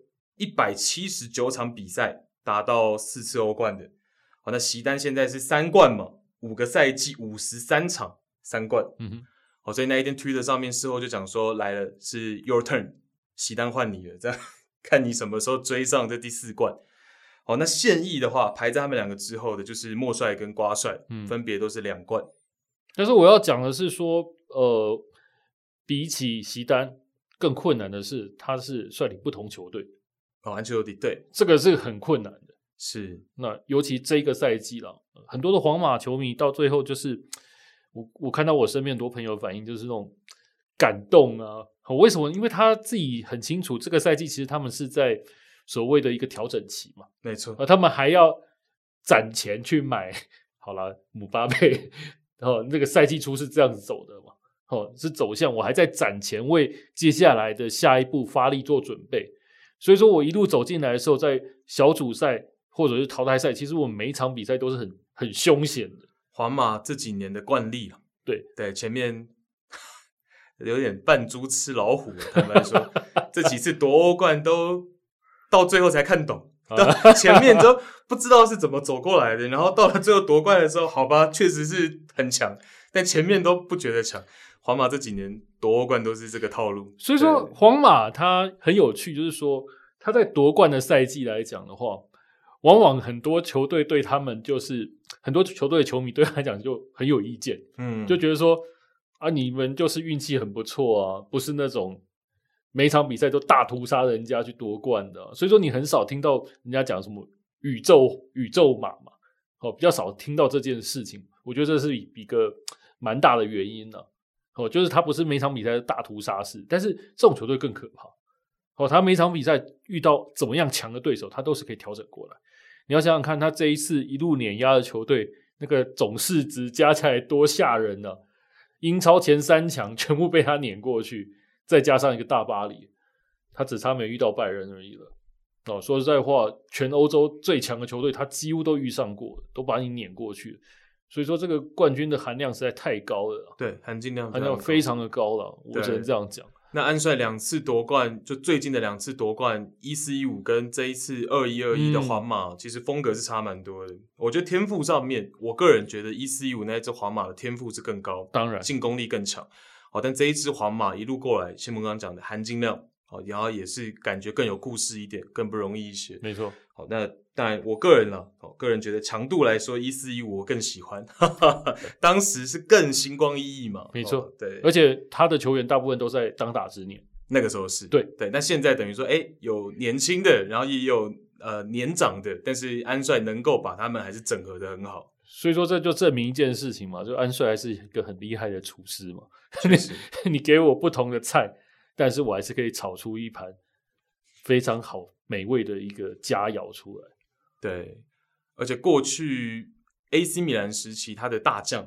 179场比赛达到4次欧冠的。好，那席丹现在是3冠嘛，5个赛季53场3冠。好，所以那一天 Twitter 上面事后就讲说，来了是 your turn， 席丹换你了，这样看你什么时候追上这第4冠。好，那现役的话，排在他们2个之后的就是莫帅跟瓜帅，分别都是2冠。 但是我要讲的是说，比起席丹更困难的是，他是率领不同球队。 安切洛蒂，对， 这个是很困难的。 是， 那尤其这个赛季啦，很多的皇马球迷到最后就是，我看到我身边很多朋友反应就是那种感动啊。为什么？因为他自己很清楚，这个赛季其实他们是在所谓的一个调整期嘛， 没错， 他们还要攒钱去买，好啦，姆巴佩，那个赛季初是这样子走的嘛，是走向我还在攒钱为接下来的下一步发力做准备，所以说我一路走进来的时候，在小组赛或者是淘汰赛，其实我们每一场比赛都是很凶险的。 皇马这几年的惯例，对，前面有点扮猪吃老虎了，坦白说，这几次夺欧冠都到最后才看懂，前面都不知道是怎么走过来的，然后到了最后夺冠的时候，好吧，确实是很强，但前面都不觉得强。皇马这几年夺欧冠都是这个套路， 所以说皇马它很有趣，就是说他在夺冠的赛季来讲的话，往往很多球队对他们就是很多球队的球迷对他来讲就很有意见，就觉得说啊，你们就是运气很不错啊，不是那种每场比赛都大屠杀人家去夺冠的，所以说你很少听到人家讲什么宇宙马嘛，比较少听到这件事情。我觉得这是一个蛮大的原因啊，就是他不是每场比赛的大屠杀式，但是这种球队更可怕。他每场比赛遇到怎么样强的对手，他都是可以调整过来。你要想想看，他这一次一路碾压的球队，那个总市值加起来多吓人啊！英超前3强全部被他碾过去，再加上一个大巴黎，他只差没遇到拜仁而已了。说实在话，全欧洲最强的球队他几乎都遇上过了，都把你碾过去了。所以说这个冠军的含量实在太高了， 对，含金量非常的高了，我只能这样讲。 那安帅2次夺冠，就最近的2次夺冠，14-15跟这一次21-21的皇马，其实风格是差蛮多的。我觉得天赋上面，我个人觉得14-15那一支皇马的天赋是更高， 当然进攻力更强。但这一支皇马一路过来，谢蒙刚刚讲的含金量，然后也是感觉更有故事一点，更不容易一些。 没错。 好，那当然我个人啦，个人觉得强度来说14-15我更喜欢，当时是更星光熠熠嘛。 没错， 对， 而且他的球员大部分都在当打之年， 那个时候是对， 那现在等于说，有年轻的，然后也有年长的，但是安帅能够把他们还是整合的很好。 所以说这就证明一件事情嘛，就安帅还是一个很厉害的厨师嘛。你给我不同的菜，但是我还是可以炒出一盘非常好美味的一个佳肴出来。 对，而且过去 AC 米兰时期他的大将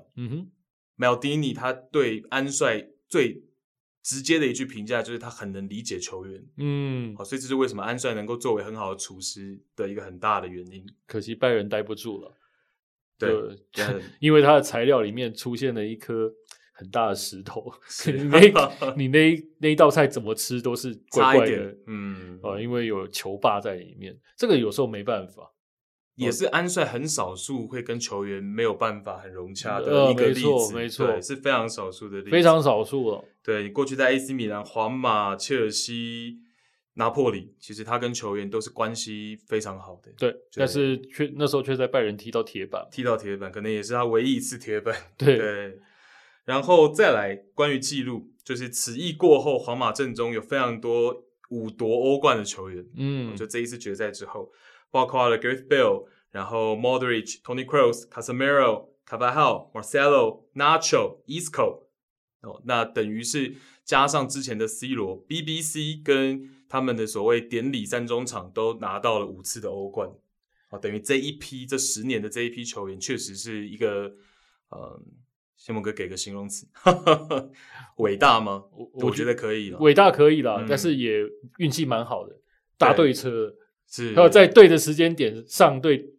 Maldini 他对安帅最直接的一句评价就是他很能理解球员，所以这是为什么安帅能够作为很好的厨师的一个很大的原因。 可惜拜仁待不住了， 对， 因为他的材料里面出现了一颗很大的石头，你那一道菜怎么吃都是怪怪的，因为有球霸在里面，这个有时候没办法。 也是安帅很少数会跟球员没有办法很融洽的一个例子， 没错， 对，是非常少数的例子， 非常少数了。 对，你过去在 AC 米兰、皇马、切尔西、拿破里，其实他跟球员都是关系非常好的。 对，但是那时候却在拜仁踢到铁板， 可能也是他唯一一次铁板。 对， 然后再来关于记录，就是此役过后，皇马阵中有非常多5夺欧冠的球员，就这一次决赛之后。包括了 Gareth Bale， 然后 Modric、Toni Kroos、Casemiro、Marcelo、Nacho、Isco，那等于是加上之前的 C 罗 BBC 跟他们的所谓典礼3中场都拿到了5次的欧冠，等于这10年的这一批球员确实是一个先蒙哥给个形容词伟大吗？我觉得可以了， 伟大可以啦，但是也运气蛮好的，大对车是在对的时间点上对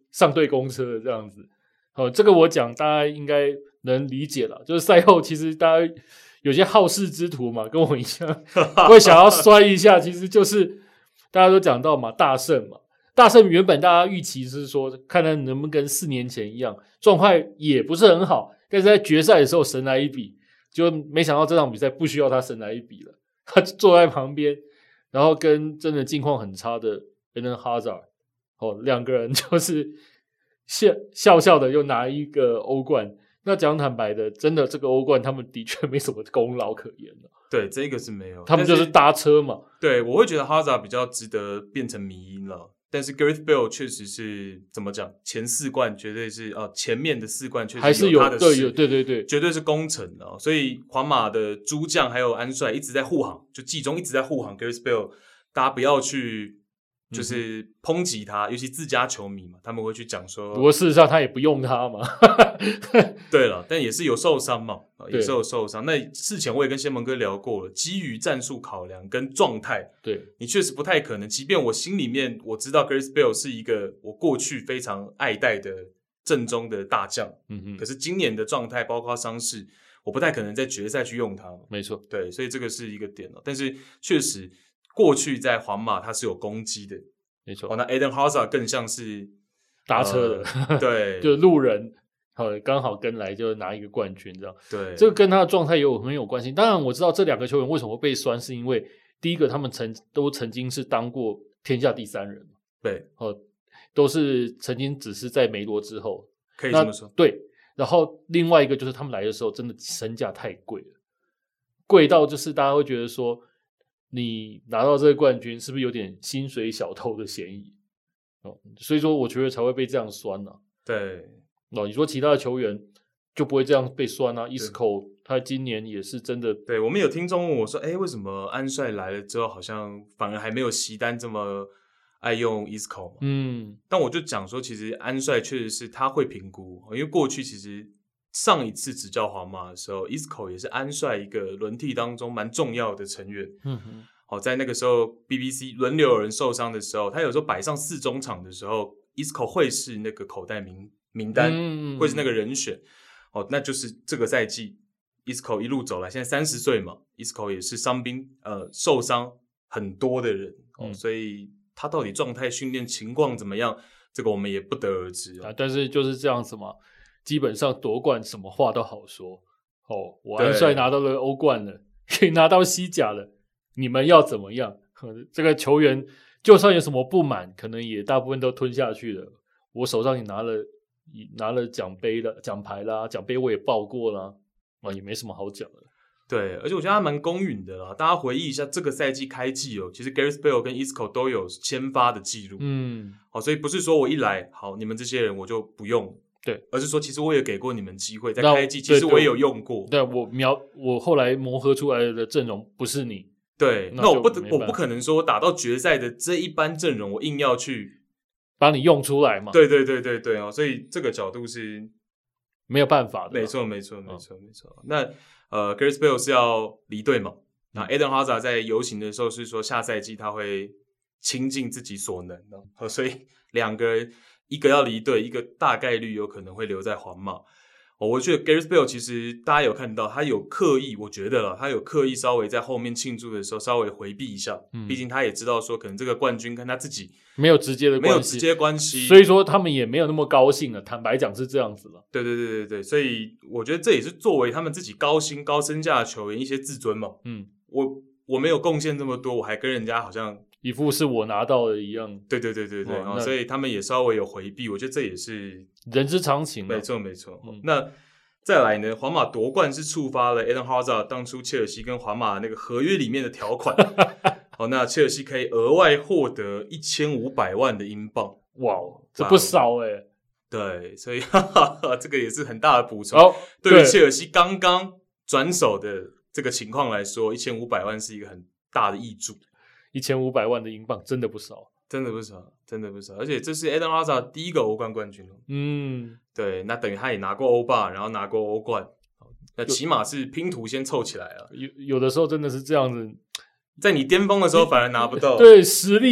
上对公车的这样子。这个我讲大家应该能理解了，就是赛后其实大家有些好事之徒嘛，跟我一样会想要摔一下，其实就是大家都讲到嘛，大胜嘛。大胜原本大家预期是说，看他能不能跟4年前一样，状态也不是很好，但是在决赛的时候神来一笔，就没想到这场比赛不需要他神来一笔了，他坐在旁边，然后跟真的境况很差的 Eden Hazard 两个人就是笑笑的又拿一个欧冠。那讲坦白的，真的这个欧冠他们的确没什么功劳可言了。 对，这个是没有， 他们就是搭车嘛。 对，我会觉得 Hazard 比较值得变成迷因了。但是 Gareth Bale 确实是怎么讲，前4冠绝对是前面的4冠确实还是有他的事， 对， 绝对是功臣所以皇马的诸将还有安帅一直在护航，就季中一直在护航 Gareth Bale， 大家不要去就是抨击他，尤其自家球迷嘛，他们会去讲说， 不过事实上他也不用他嘛。 对了，但也是有受伤嘛，也是有受伤。那事前我也跟先蒙哥聊过了，基于战术考量跟状态， 对你确实不太可能。即便我心里面我知道 Gareth Bale 是一个我过去非常爱戴的正宗的大将，可是今年的状态包括伤势，我不太可能在决赛去用他。 没错， 对，所以这个是一个点但是确实，过去在皇马他是有攻击的， 没错。 那 Eden Hazard 更像是搭车的， 对， 就路人。刚好跟来就拿一个冠军这样， 对， 这个跟他的状态很有关系。当然我知道这2个球员为什么会被酸，是因为第一个他们都曾经是当过天下第3人， 对， 都是曾经只是在梅罗之后， 可以这么说。 对，然后另外一个就是他们来的时候真的身价太贵了，贵到就是大家会觉得说，你拿到这个冠军是不是有点薪水小偷的嫌疑？所以说我觉得才会被这样酸啊。 对。 你说其他的球员就不会这样被酸啊 Isco 他今年也是真的。 对，我们有听众问我说为什么安帅来了之后好像反而还没有席丹这么爱用 Isco 嘛？但我就讲说其实安帅确实是他会评估，因为过去其实上一次执教皇马的时候 Isco 也是安帅一个轮替当中蛮重要的成员。在那个时候 BBC 轮流有人受伤的时候，他有时候摆上4中场的时候 Isco 会是那个口袋名单，会是那个人选。那就是这个赛季 Isco 一路走来，现在30岁嘛， Isco 也是伤兵受伤很多的人，所以他到底状态训练情况怎么样，这个我们也不得而知但是就是这样子嘛，基本上夺冠什么话都好说。我安帅拿到了欧冠了，可以拿到西甲了，你们要怎么样？这个球员就算有什么不满，可能也大部分都吞下去了。我手上也拿了奖杯了、奖牌啦，奖杯我也抱过啦，也没什么好讲的。 对，而且我觉得他蛮公允的啦。大家回忆一下这个赛季开季其实 Gareth Bale 跟 Isco 都有先发的记录。所以不是说我一来好你们这些人我就不用，对，而是说其实我也给过你们机会，在开季其实我也有用过。 对，我后来磨合出来的阵容不是你。 对，那我不可能说我打到决赛的这一班阵容我硬要去把你用出来嘛？ 对所以这个角度是没有办法的。 没错。那Gareth Bale 是要离队嘛？那 Eden Hazard 在游行的时候是说下赛季他会倾尽自己所能所以2个人一个要离队，一个大概率有可能会留在皇马。我觉得 Gareth Bale 其实大家有看到他有刻意，我觉得啦，他有刻意稍微在后面庆祝的时候稍微回避一下，毕竟他也知道说可能这个冠军跟他自己没有直接关系，所以说他们也没有那么高兴了。坦白讲是这样子了。 对，所以我觉得这也是作为他们自己高薪高身价的球员一些自尊嘛。我没有贡献这么多，我还跟人家好像一副是我拿到的一样。 对，所以他们也稍微有回避，我觉得这也是人之常情。 没错。那再来呢，皇马夺冠是触发了 Eden Hazard 当初切尔西跟皇马那个合约里面的条款。那切尔西可以额外获得1500万的英镑。 哇，这不少对，所以这个也是很大的补充。 对于切尔西刚刚转手的这个情况来说，1500万是一个很大的益助。 1500万的英镑真的不少。 真的不少，而且这是 Eden Hazard 第一个欧冠冠军对，那等于他也拿过欧霸，然后拿过欧冠，那起码是拼图先凑起来了。 有的时候真的是这样子， 在你巅峰的时候反而拿不到。 对，实力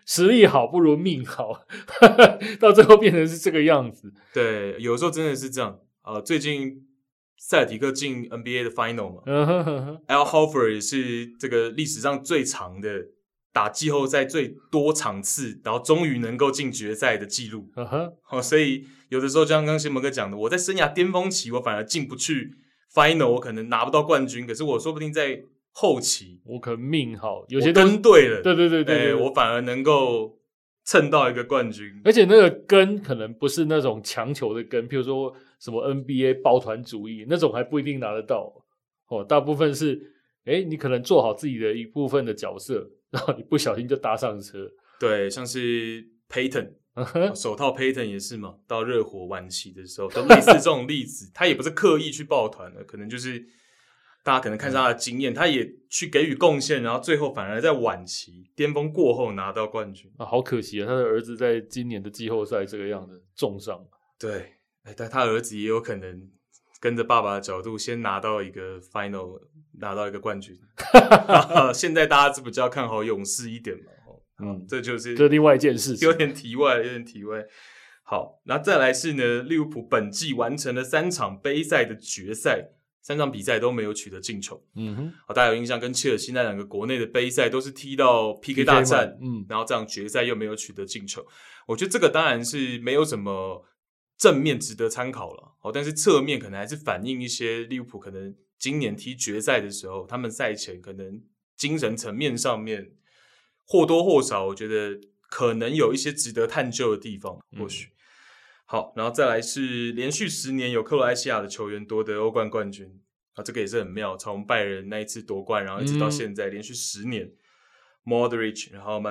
实力好不如命好，到最后变成是这个样子。 对，有时候真的是这样。最近塞尔提克进 NBA 的 Final 嘛，Al Horford 也是这个历史上最长的打季后赛最多场次，然后终于能够进决赛的记录。所以有的时候就像刚刚先蒙哥讲的，我在生涯巅峰期我反而进不去 Final， 我可能拿不到冠军，可是我说不定在后期我可能命好，有些跟对了， 对， 我反而能够蹭到一个冠军。 而且那个跟可能不是那种强求的跟，譬如说什么 NBA 抱团主义那种还不一定拿得到大部分是你可能做好自己的一部分的角色，然后你不小心就搭上车。 对，像是 Payton 手套 Payton 也是嘛，到热火晚期的时候都类似这种例子，他也不是刻意去抱团的，可能就是大家可能看上他的经验，他也去给予贡献，然后最后反而在晚期巅峰过后拿到冠军好可惜啊，他的儿子在今年的季后赛这个样子重伤。 对，但他儿子也有可能跟着爸爸的角度先拿到一个 Final， 拿到一个冠军现在大家是比较看好勇士一点嘛，这就是另外一件事情， 有点题外。好，那再来是呢，利物浦本季完成了3场杯赛的决赛，3场比赛都没有取得进球。大家有印象，跟切尔西那2个国内的杯赛都是踢到 PK 大战，然后这样决赛又没有取得进球。我觉得这个当然是没有什么正面值得参考了，但是侧面可能还是反映一些利物浦可能今年踢决赛的时候，他们赛前可能精神层面上面或多或少，我觉得可能有一些值得探究的地方，或许。好，然后再来是连续10年有克罗埃西亚的球员夺得欧冠冠军这个也是很妙，从拜仁那一次夺冠，然后一直到现在连续10年，Modric， 然后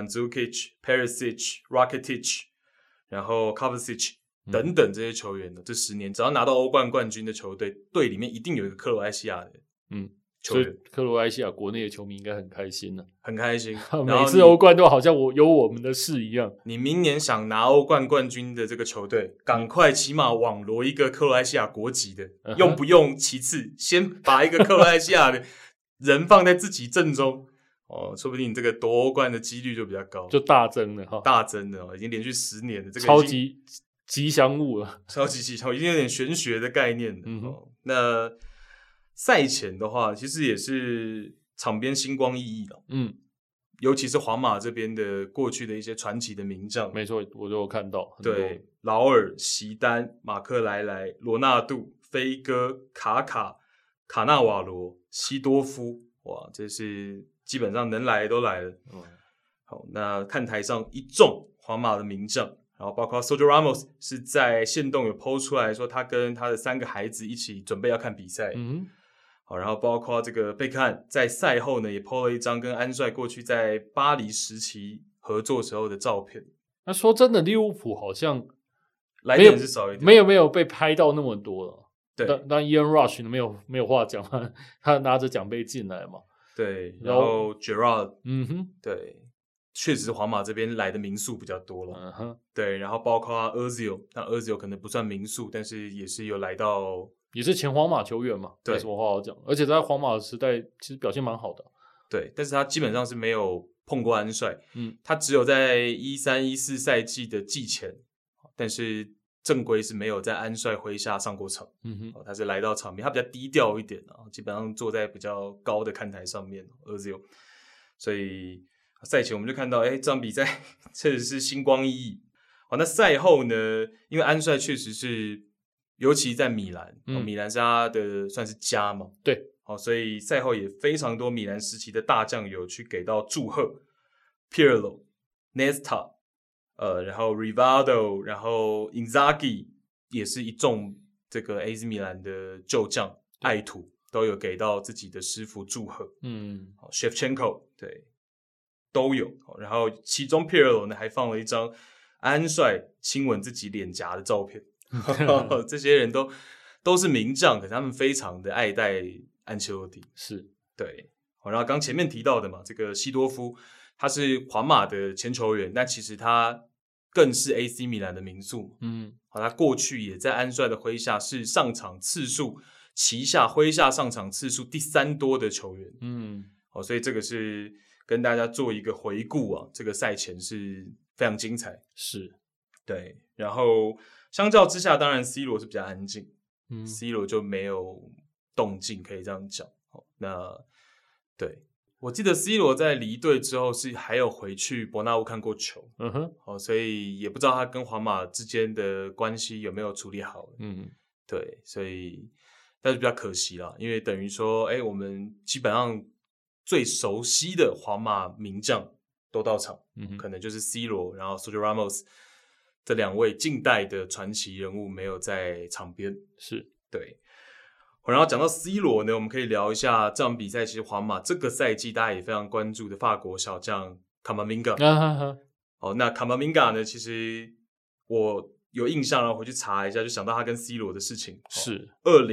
Mandzukic、Perisic、Rakitic， 然后 Kovacic 等等这些球员这10年只要拿到欧冠冠军的球队，队里面一定有一个克罗埃西亚的球员。 所以克罗埃西亚国内的球迷应该很开心很开心每次欧冠都好像有我们的事一样。 你明年想拿欧冠冠军的这个球队，赶快起码网罗一个克罗埃西亚国籍的，用不用其次，先把一个克罗埃西亚的人放在自己阵中说不定你这个夺欧冠的几率就比较高， 就大增了大增了已经连续10年了，这个超级吉祥物了， 超级吉祥物，已经有点玄学的概念了。那赛前的话，其实也是场边星光熠熠的，尤其是皇马这边的过去的一些传奇的名将， 没错，我都有看到。 对，劳尔、席丹、马克莱莱、罗纳度、飞哥、卡卡、卡纳瓦罗、西多夫，哇，这是基本上能来的都来了。好，那看台上一众皇马的名将，然后包括 Sergio Ramos 是在限动有 po 出来说他跟他的3个孩子一起准备要看比赛。好，然后包括这个贝克汉在赛后呢也 po 了一张跟安帅过去在巴黎时期合作时候的照片。 那说真的，利物浦好像来点是少一点， 没有被拍到那么多了。 对， 但 Ian Rush 没有话讲嘛，他拿着奖杯进来嘛。 对，然后 Gerrard， 对，确实皇马这边来的名宿比较多了。对，然后包括 Özil， 但 Özil 可能不算名宿，但是也是有来到。 也是前皇马球员嘛，没什么话好讲。而且在皇马的时代，其实表现蛮好的。 对，但是他基本上是没有碰过安帅，他只有在13-14赛季的季前，但是正规是没有在安帅麾下上过场。他是来到场面，他比较低调一点基本上坐在比较高的看台上面 ，Özil。所以赛前我们就看到，这场比赛确实是星光熠熠。好，那赛后呢，因为安帅确实是。尤其在米兰，米兰是他的算是家嘛， 对， 所以赛后也非常多米兰时期的大将有去给到祝贺 ，Pirlo、Nesta， 然后 Rivaldo， 然后 Inzaghi 也是一众这个 AC 米兰的旧将爱徒都有给到自己的师傅祝贺，Shevchenko 对都有，然后其中 Pirlo 呢还放了一张安帅亲吻自己脸颊的照片。这些人都是名将，可是他们非常的爱戴安切洛蒂，是对。然后刚前面提到的嘛，这个西多夫他是皇马的前球员，但其实他更是 AC 米兰的名宿。他过去也在安帅的麾下是上场次数旗下麾下上场次数第3多的球员。所以这个是跟大家做一个回顾啊，这个赛前是非常精彩， 是对。然后相较之下，当然 C 罗是比较安静，C 罗就没有动静，可以这样讲。那对，我记得 C 罗在离队之后是还有回去伯纳乌看过球，所以也不知道他跟皇马之间的关系有没有处理好，对，所以但是比较可惜啦，因为等于说，我们基本上最熟悉的皇马名将都到场，可能就是 C 罗，然后 Sergio Ramos 这两位近代的传奇人物没有在场边， 是对。然后讲到 C 罗呢，我们可以聊一下这场比赛。其实皇马这个赛季大家也非常关注的法国小将卡马明嘎。那卡马明嘎呢，其实我有印象，然后回去查一下，就想到他跟 C 罗的事情。 是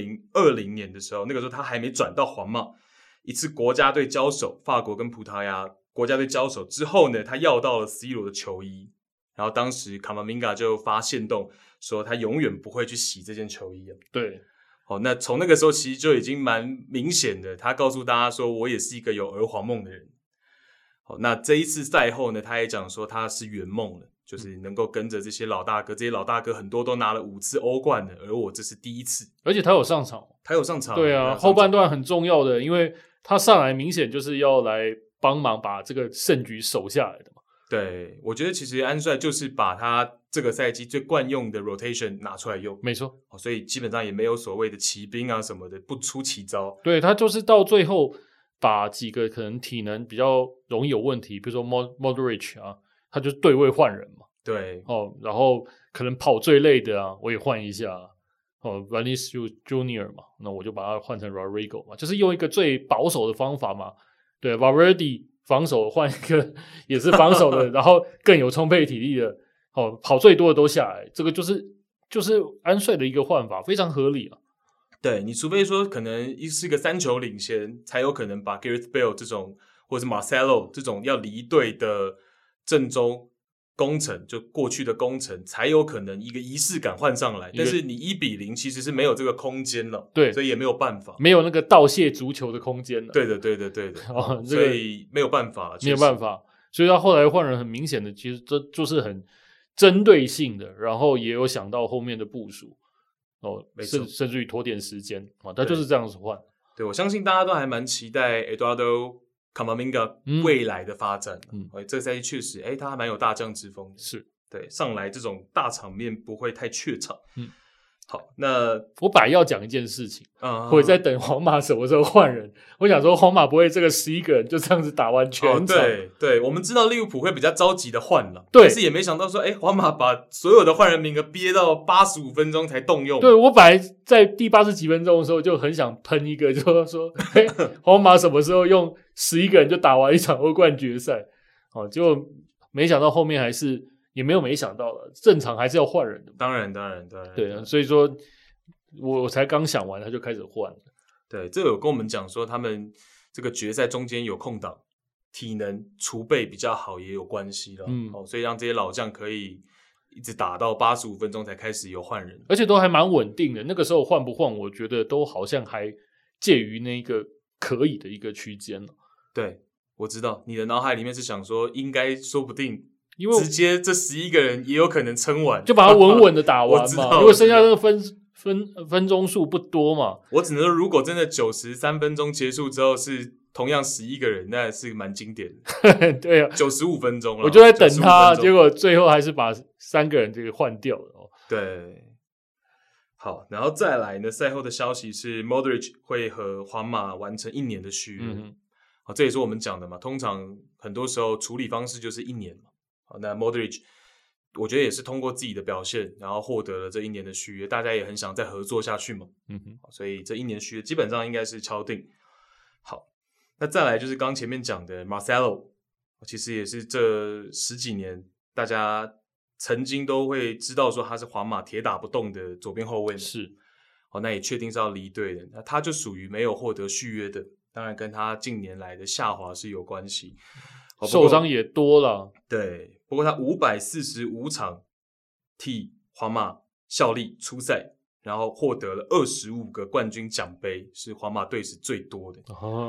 2020年的时候，那个时候他还没转到皇马，一次国家队交手，法国跟葡萄牙国家队交手之后呢，他要到了 C 罗的球衣，然后当时卡马明嘎就发限动说他永远不会去洗这件球衣。 对。 那从那个时候其实就已经蛮明显的，他告诉大家说我也是一个有儿皇梦的人。那这一次赛后呢，他也讲说他是圆梦了，就是能够跟着这些老大哥，这些老大哥很多都拿了5次欧冠的，而我这是第1次。 而且他有上场，对啊，后半段很重要的，因为他上来明显就是要来帮忙把这个胜局守下来的嘛。 对，我觉得其实安帅就是把他这个赛季最惯用的 rotation 拿出来用， 没错， 所以基本上也没有所谓的骑兵啊什么的，不出奇招。 对，他就是到最后把几个可能体能比较容易有问题，比如说 Modric 啊，他就对位换人嘛。 对， 然后可能跑最累的啊，我也换一下。Vinicius Junior 嘛，那我就把他换成 Rodrigo 嘛，就是用一个最保守的方法嘛。对 ，Valverde 防守换一个也是防守的，然后更有充沛体力的，跑最多的都下来，这个就是安帅的一个换法，非常合理啊。 对，你除非说可能是个3球领先，才有可能把 Gareth Bale 这种或者是 Marcelo 这种要离队的正中功臣，就过去的功臣，才有可能一个仪式感换上来。但是你1-0其实是没有这个空间了， 对， 所以也没有办法， 没有那个倒泻足球的空间了。 对的，所以没有办法， 没有办法。所以他后来换人很明显的，其实这就是很针对性的，然后也有想到后面的部署，甚至于拖点时间他就是这样子换。 对，我相信大家都还蛮期待 Eduardo Camavinga 未来的发展。这个赛季确实，他还蛮有大将之风的， 是对，上来这种大场面不会太怯场。好，那我本来要讲一件事情，我在等皇马什么时候换人。我想说，皇马不会这个11个人就这样子打完全场。 对，我们知道利物浦会比较着急的换了， 对， 但是也没想到说，皇马把所有的换人名额憋到85分钟才动用。 对，我本来在第80几分钟的时候就很想喷一个，就说，皇马什么时候用11个人就打完一场欧冠决赛？就没想到后面还是。也没有没想到了，正常还是要换人的。 当然。 对，所以说我才刚想完，他就开始换了。 对，这有跟我们讲说，他们这个决赛中间有空档，体能储备比较好也有关系了。所以让这些老将可以一直打到85分钟才开始有换人， 而且都还蛮稳定的。那个时候换不换，我觉得都好像还介于那个可以的一个区间了。 对，我知道你的脑海里面是想说，应该说不定。 因为直接这11个人也有可能撑完， 就把它稳稳的打完嘛。因为剩下那个分钟数不多嘛。 我只能说，如果真的93分钟结束之后是同样11个人，那是蛮经典的。 对啊 ，95分钟了， 我就在等他，结果最后还是把3个人这个换掉了。 对，好，然后再来呢，赛后的消息是 Modric 会和皇马完成1年的续约。这也是我们讲的嘛，通常很多时候处理方式就是1年嘛。那 Modric 我觉得也是通过自己的表现，然后获得了这1年的续约，大家也很想再合作下去嘛。所以这1年续约基本上应该是敲定。好，那再来就是刚前面讲的 Marcelo， 其实也是这10几年大家曾经都会知道说他是皇马铁打不动的左边后卫嘛。 是， 那也确定是要离队的。那他就属于没有获得续约的，当然跟他近年来的下滑是有关系。 受伤也多了， 对，不过他545场替皇马效力出赛，然后获得了25个冠军奖杯，是皇马队史最多的。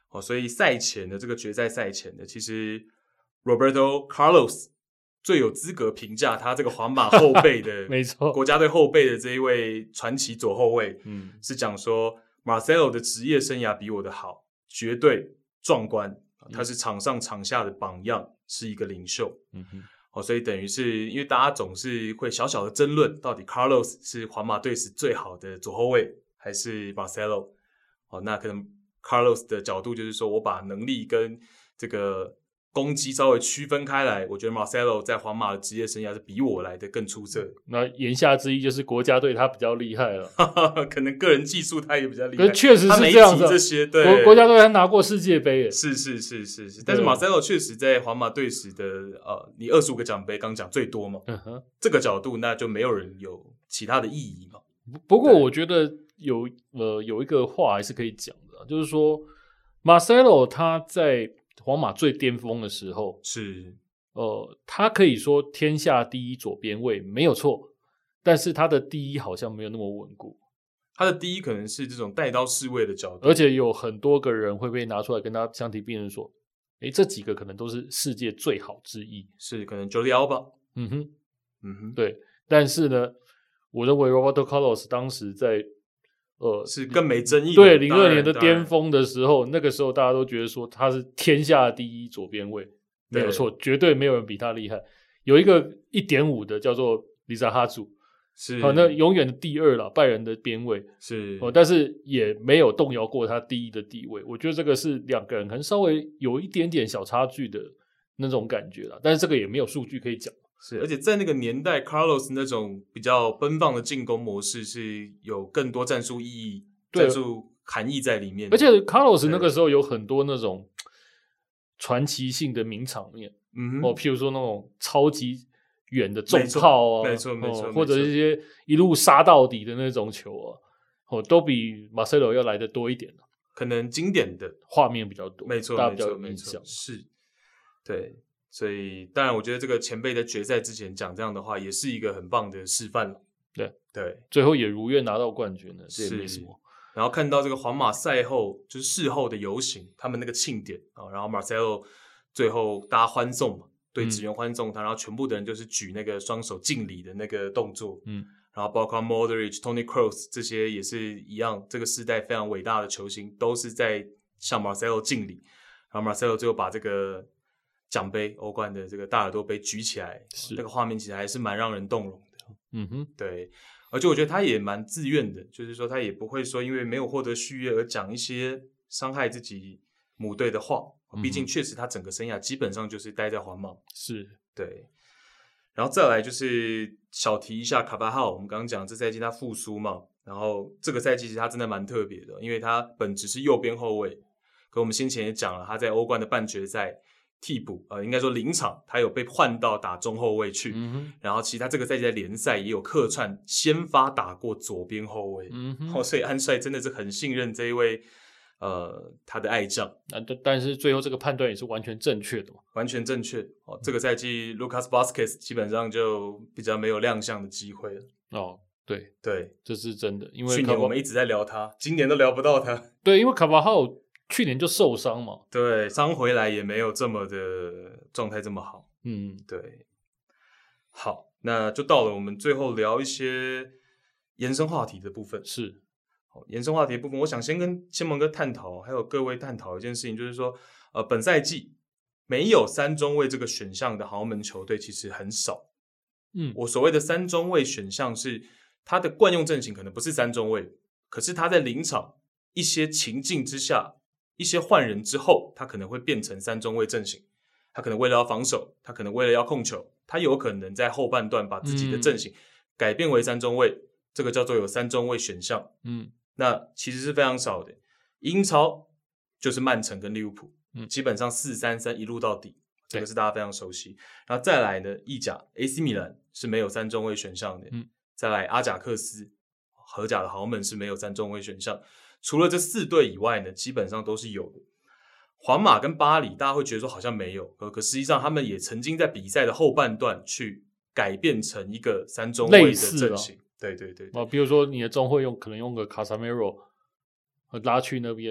所以赛前的这个决赛赛前的，其实 Roberto Carlos 最有资格评价他这个皇马后备的没错， 国家队后备的这一位传奇左后卫，是讲说 Marcelo 的职业生涯比我的好，绝对壮观，他是场上场下的榜样，是一个领袖。所以等于是因为大家总是会小小的争论，到底 Carlos 是皇马队史最好的左后卫，还是 Marcelo？那可能 Carlos 的角度就是说，我把能力跟这个攻击稍微区分开来，我觉得 Marcelo 在皇马的职业生涯是比我来的更出色。 那言下之意就是国家队他比较厉害了， 可能个人技术他也比较厉害， 可是确实是这样子。 这些对国家队还拿过世界杯耶， 是，但是 Marcelo 确实在皇马队史的你25个奖杯刚讲最多嘛，这个角度那就没有人有其他的意义嘛。 不过我觉得有一个话还是可以讲的，就是说 Marcelo 他在皇马最巅峰的时候是他可以说天下第一左边卫没有错，但是他的第一好像没有那么稳固。 他的第一可能是这种带刀侍卫的角度， 而且有很多个人会被拿出来跟他相提并论说，这几个可能都是世界最好之一， 是可能 Jordi Alba， 对。但是呢，我认为 Roberto Carlos 当时在是更没争议的。 对，02年的巅峰的时候，那个时候大家都觉得说他是天下第一左边卫，没有错，绝对没有人比他厉害。有一个 1.5 的叫做里萨哈祖， 是那永远的第二啦，拜仁的边卫是但是也没有动摇过他第一的地位。我觉得这个是两个人可能稍微有一点点小差距的那种感觉啦，但是这个也没有数据可以讲。 是，而且在那个年代 Carlos 那种比较奔放的进攻模式是有更多战术意义、战术含义在里面的。 而且 Carlos 那个时候有很多那种传奇性的名场面，譬如说那种超级远的重炮啊， 没错， 或者一些一路杀到底的那种球啊，都比 Marcelo 要来的多一点， 可能经典的画面比较多， 没错， 大家比较有印象。 是，对。所以当然我觉得这个前辈在决赛之前讲这样的话也是一个很棒的示范了。对， 最后也如愿拿到冠军了，这也没什么。 然后看到这个皇马赛后就是事后的游行，他们那个庆典然后 Marcelo 最后大家欢送嘛，对职员欢送他，然后全部的人就是举那个双手敬礼的那个动作，然后包括 Modric、Toni Kroos 这些也是一样，这个世代非常伟大的球星都是在向 Marcelo 敬礼，然后 Marcelo 最后把这个奖杯欧冠的这个大耳朵杯举起来，那个画面其实还是蛮让人动容的。对，而且我觉得他也蛮自愿的，就是说他也不会说因为没有获得续约而讲一些伤害自己母队的话，毕竟确实他整个生涯基本上就是待在皇马。 是， 对。然后再来就是小提一下卡巴浩，我们刚刚讲这赛季他复苏嘛，然后这个赛季其实他真的蛮特别的，因为他本质是右边后卫，可我们先前也讲了，他在欧冠的半决赛替补应该说临场他有被换到打中后卫去，然后其实他这个赛季在联赛也有客串先发打过左边后卫，所以安帅真的是很信任这一位他的爱将， 但是最后这个判断也是完全正确的嘛， 完全正确这个赛季 Lucas Vazquez 基本上就比较没有亮相的机会了。 对，这是真的，因为去年我们一直在聊他，今年都聊不到他。 对，因为卡巴浩去年就受伤嘛， 对，伤回来也没有这么的状态这么好。对。好，那就到了我们最后聊一些延伸话题的部分。 是， 延伸话题的部分，我想先跟千蒙哥探讨，还有各位探讨一件事情，就是说，本赛季没有三中卫这个选项的豪门球队其实很少。我所谓的三中卫选项是他的惯用阵型可能不是三中卫，可是他在临场一些情境之下，一些换人之后，他可能会变成三中卫阵型。他可能为了要防守，他可能为了要控球，他有可能在后半段把自己的阵型改变为三中卫，这个叫做有三中卫选项。那其实是非常少的。英超就是曼城跟利物浦，基本上4-3-3一路到底，这个是大家非常熟悉。然后再来呢，意甲 AC 米兰是没有三中卫选项的。再来阿贾克斯，荷甲的豪门是没有三中卫选项。除了这4队以外呢，基本上都是有的。皇马跟巴黎大家会觉得说好像没有，可实际上他们也曾经在比赛的后半段去改变成一个三中卫的阵型。对。 比如说你的中会可能用个卡萨梅罗拉去那边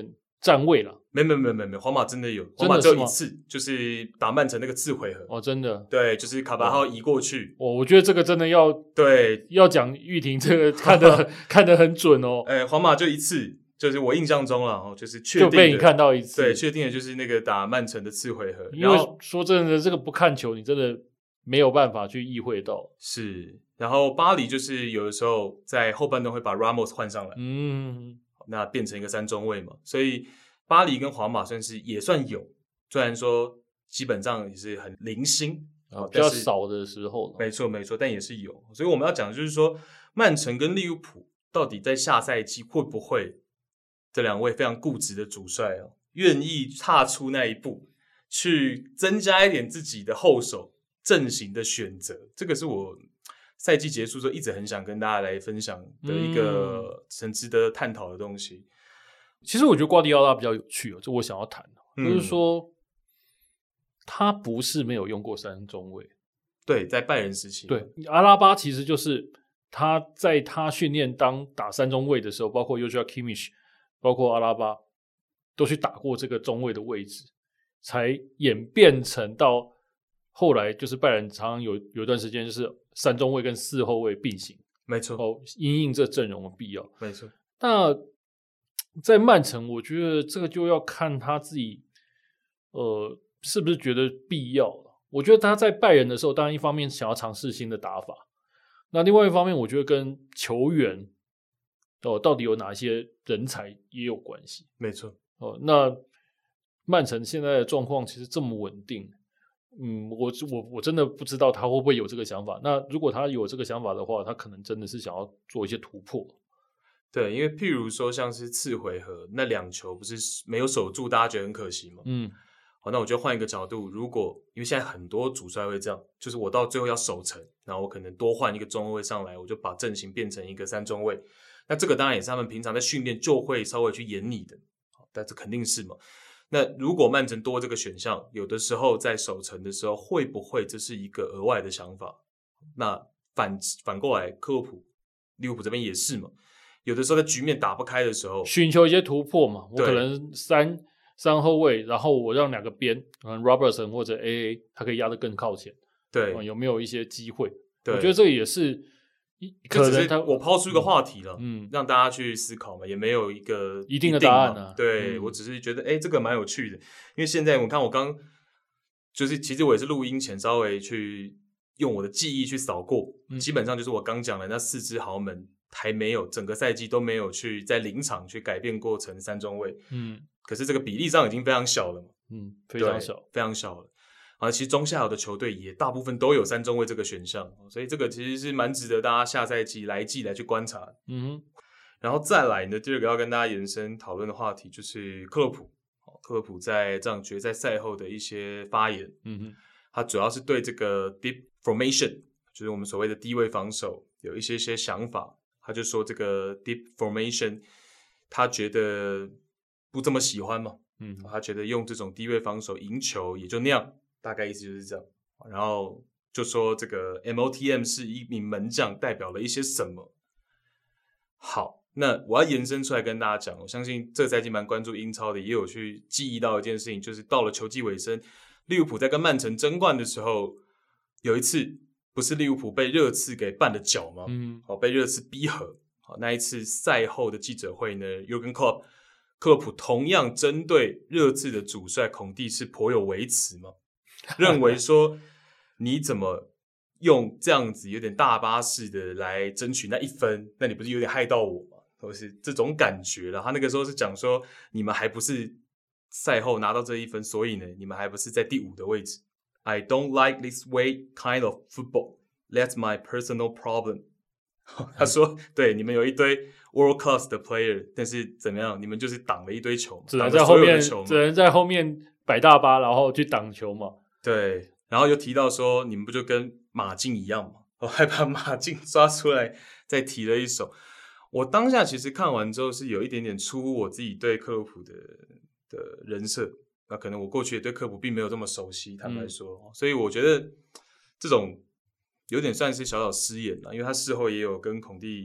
站位了。 没，皇马真的有，皇马只有一次，就是打曼城那个次回合。 哦，真的。 对，就是卡巴浩移过去。 我觉得这个真的要讲玉婷这个看得很准哦。 皇马就一次，就是我印象中了，就是确定的就被你看到一次。 对，确定的就是那个打曼城的次回合。 因为说真的，这个不看球，你真的没有办法去意会到。 是，然后巴黎就是有的时候在后半段会把 Ramos 换上来，那变成一个3中卫嘛，所以巴黎跟皇马也算有，虽然说基本上也是很零星， 比较少的时候。 没错，但也是有。所以我们要讲的就是说，曼城跟利物浦到底在下赛季会不会这2位非常固执的主帅愿意踏出那一步，去增加一点自己的后手阵型的选择。这个是我赛季结束之后一直很想跟大家来分享的一个很值得探讨的东西。 其实我觉得瓜迪奥拉比较有趣这我想要谈就是说他不是没有用过3中卫。 对，在拜仁时期。 对，阿拉巴其实就是他在他训练打3中卫的时候，包括 Joshua Kimmich 包括阿拉巴都去打过这个中卫的位置，才演变成到后来就是拜仁常常有一段时间就是3中卫跟4后卫并行。 没错。 因应这阵容的必要。 没错。 那在曼城我觉得这个就要看他自己是不是觉得必要了。我觉得他在拜仁的时候当然一方面想要尝试新的打法，那另外一方面我觉得跟球员到底有哪些人才也有关系。 没错。 那曼城现在的状况其实这么稳定，我真的不知道他会不会有这个想法。那如果他有这个想法的话，他可能真的是想要做一些突破。 对，因为譬如说像是次回合那2球不是没有守住，大家觉得很可惜吗？好，那我就换一个角度，如果因为现在很多主帅会这样，就是我到最后要守城，然后我可能多换一个中卫上来，我就把阵型变成一个3中卫。那这个当然也是他们平常在训练就会稍微去演拟的，但这肯定是嘛。那如果曼城多这个选项，有的时候在守城的时候，会不会这是一个额外的想法？那反过来，利物浦这边也是嘛。有的时候在局面打不开的时候， 寻求一些突破嘛。我可能三后卫，然后我让2个边Robertson 或者 AA 他可以压得更靠前。 对， 有没有一些机会？ 对， 我觉得这个也是可能我抛出一个话题了，让大家去思考嘛，也没有一个一定的答案啊。 对，我只是觉得这个蛮有趣的，因为现在我看我刚就是其实我也是录音前稍微去用我的记忆去扫过，基本上就是我刚讲的那4支豪门还没有整个赛季都没有去在临场去改变过成3中卫。可是这个比例上已经非常小了嘛。 非常小， 非常小了。其实中下游的球队也大部分都有3中卫这个选项，所以这个其实是蛮值得大家下赛季来去观察。然后再来呢，第2个要跟大家延伸讨论的话题就是克洛普在这场决赛赛后的一些发言。他主要是对这个 deep formation， 就是我们所谓的低位防守有一些想法。他就说这个 deep formation 他觉得不这么喜欢嘛。他觉得用这种低位防守赢球也就那样，大概意思就是这样。然后就说这个 MOTM 是一名门将代表了一些什么。好，那我要延伸出来跟大家讲，我相信这个赛季蛮关注英超的也有去记忆到一件事情，就是到了球季尾声，利物浦在跟曼城争冠的时候，有一次不是利物浦被热刺给绊了脚吗？被热刺逼和。那一次赛后的记者会呢，Jurgen Klopp克洛普同样针对热刺的主帅孔蒂是颇有微词嘛，认为说你怎么用这样子有点大巴式的来争取那1分，那你不是有点害到我吗？或是这种感觉了。他那个时候是讲说你们还不是赛后拿到这1分，所以呢你们还不是在第5的位置。I don't like this way kind of football. That's my personal problem. 他说对，你们有一堆 world class 的 player， 但是怎么样，你们就是挡了一堆球， 只能在后面摆大巴然后去挡球嘛。 对，然后又提到说你们不就跟马竞一样嘛，我还把马竞抓出来再提了一手。我当下其实看完之后是有一点点出乎我自己对克洛普的人设，那可能我过去也对克洛普并没有这么熟悉，坦白说，所以我觉得这种有点算是小小失言了，因为他事后也有跟孔蒂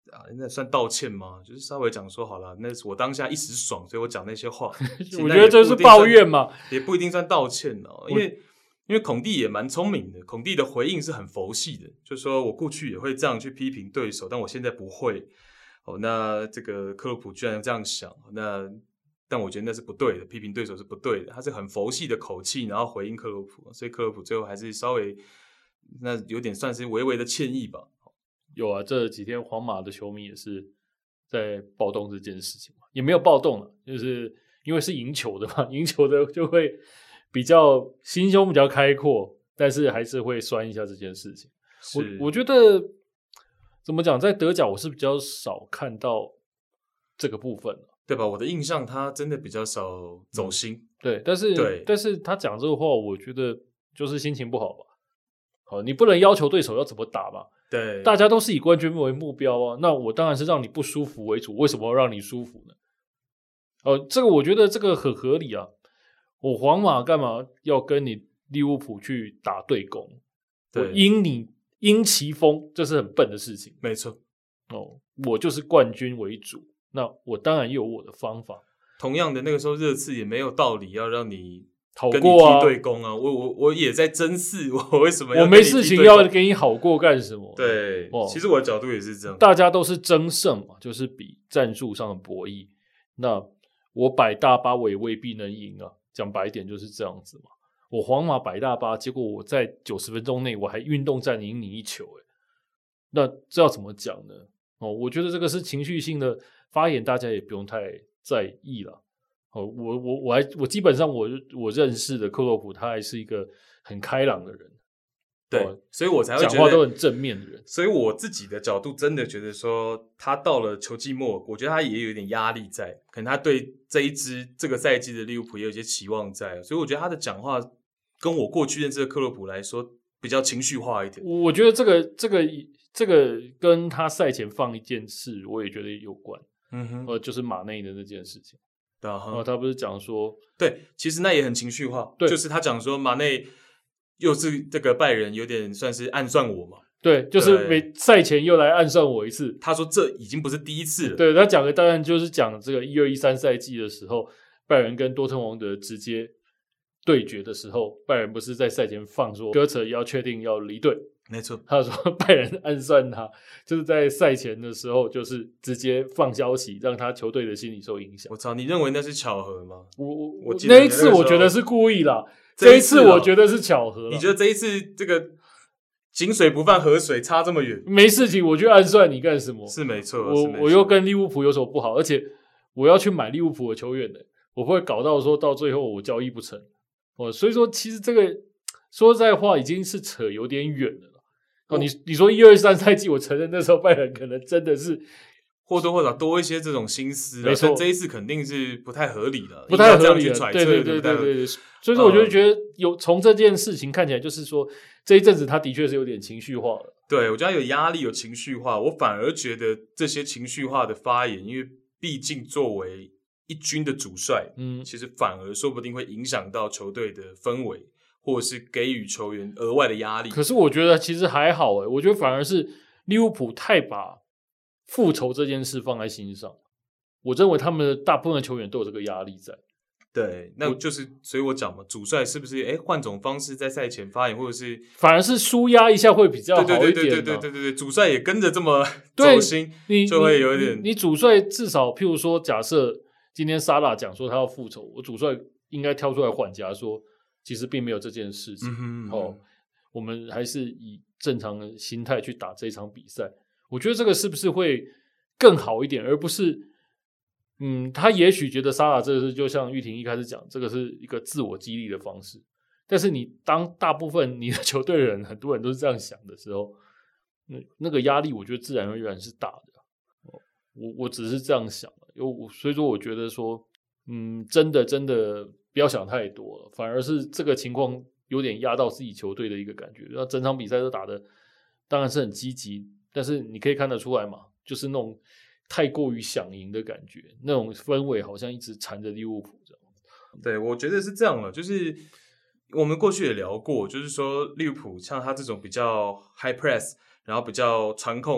那算道歉吗？就是稍微讲说好了，那是我当下一时爽，所以我讲那些话。 我觉得这是抱怨嘛， 也不一定算道歉哦。因为孔蒂也蛮聪明的，孔蒂的回应是很佛系的，就是说我过去也会这样去批评对手，但我现在不会。那这个克洛普居然这样想，但我觉得那是不对的，批评对手是不对的。他是很佛系的口气，然后回应克洛普，所以克洛普最后还是稍微那有点算是微微的歉意吧。 有啊，这几天皇马的球迷也是在暴动这件事情嘛，也没有暴动了，就是因为是赢球的嘛，赢球的就会比较心胸比较开阔，但是还是会酸一下这件事情。我觉得怎么讲，在德甲我是比较少看到这个部分， 对吧？我的印象他真的比较少走心， 对，但是他讲这个话，我觉得就是心情不好吧。好，你不能要求对手要怎么打嘛。 对， 大家都是以冠军为目标啊，那我当然是让你不舒服为主，为什么要让你舒服呢？这个我觉得这个很合理啊。我皇马干嘛要跟你利物浦去打对攻？我因其风，这是很笨的事情。 没错。 我就是冠军为主，那我当然有我的方法。 同样的，那个时候热刺也没有道理要让你好跟你踢对攻啊！我也在争视，我为什么要跟你踢对攻？ 我没事情要给你好过干什么？ 对，其实我的角度也是这样， 大家都是争胜嘛，就是比战术上的博弈。那我摆大巴我也未必能赢啊，讲白一点就是这样子嘛。我皇马摆大巴，结果我在90分钟内我还运动战赢你一球，那这要怎么讲呢？我觉得这个是情绪性的发言，大家也不用太在意了。我基本上我认识的克洛普，他还是一个很开朗的人， 对，所以我才会讲话都很正面的人。 所以我自己的角度真的觉得说，他到了球季末，我觉得他也有点压力在，可能他对这个赛季的利物浦也有一些期望在，所以我觉得他的讲话跟我过去认识的克洛普来说比较情绪化一点。 我觉得这个跟他赛前放一件事，我也觉得有关。就是马内的那件事情。他不是讲说， 对，其实那也很情绪化，就是他讲说马内又是这个拜仁有点算是暗算我嘛， 对，就是每赛前又来暗算我一次。 他说这已经不是第一次了。 对，他讲的当然就是讲这个12-13赛季的时候，拜仁跟多特蒙德直接对决的时候，拜仁不是在赛前放说戈彻要确定要离队。 没错， 他说拜仁暗算他，就是在赛前的时候，就是直接放消息，让他球队的心理受影响。 我操，你认为那是巧合吗？ 我那一次我觉得是故意啦，这一次我觉得是巧合。 你觉得这一次这个井水不犯河水差这么远？ 没事情，我去暗算你干什么？ 是没错， 我又跟利物浦有什么不好？而且我要去买利物浦的球员的，我会搞到说到最后我交易不成。所以说其实这个说实在话已经是扯有点远了。你说12-13赛季，我承认那时候拜仁可能真的是或多或少多一些这种心思， 没错， 这一次肯定是不太合理的， 不太合理的， 对。所以说，我就觉得从这件事情看起来，就是说这一阵子他的确是有点情绪化了。 对，我觉得他有压力，有情绪化，我反而觉得这些情绪化的发言，因为毕竟作为一军的主帅，其实反而说不定会影响到球队的氛围。或者是给予球员额外的压力。 可是我觉得其实还好我觉得反而是利物浦太把复仇这件事放在心上。我认为他们的大部分的球员都有这个压力在。 对，那就是所以我讲嘛，主帅是不是换种方式在赛前发言，或者是反而是抒压一下会比较好一点。 对，主帅也跟着这么走心，就会有一点。 你主帅至少譬如说，假设今天沙拉讲说他要复仇，我主帅应该跳出来缓颊说。其实并没有这件事情，我们还是以正常的心态去打这一场比赛。我觉得这个是不是会更好一点，而不是，他也许觉得沙拉这个是就像玉婷一开始讲，这个是一个自我激励的方式。但是你当大部分你的球队人很多人都是这样想的时候，那个压力我觉得自然而然是大的。我只是这样想，所以说我觉得说，真的。不要想太多了，反而是这个情况有点压到自己球队的一个感觉。那整场比赛都打的当然是很积极，但是你可以看得出来嘛，就是那种太过于想赢的感觉，那种氛围好像一直缠着利物浦这样。 对，我觉得是这样了，就是我们过去也聊过，就是说利物浦像他这种比较 high press， 然后比较传控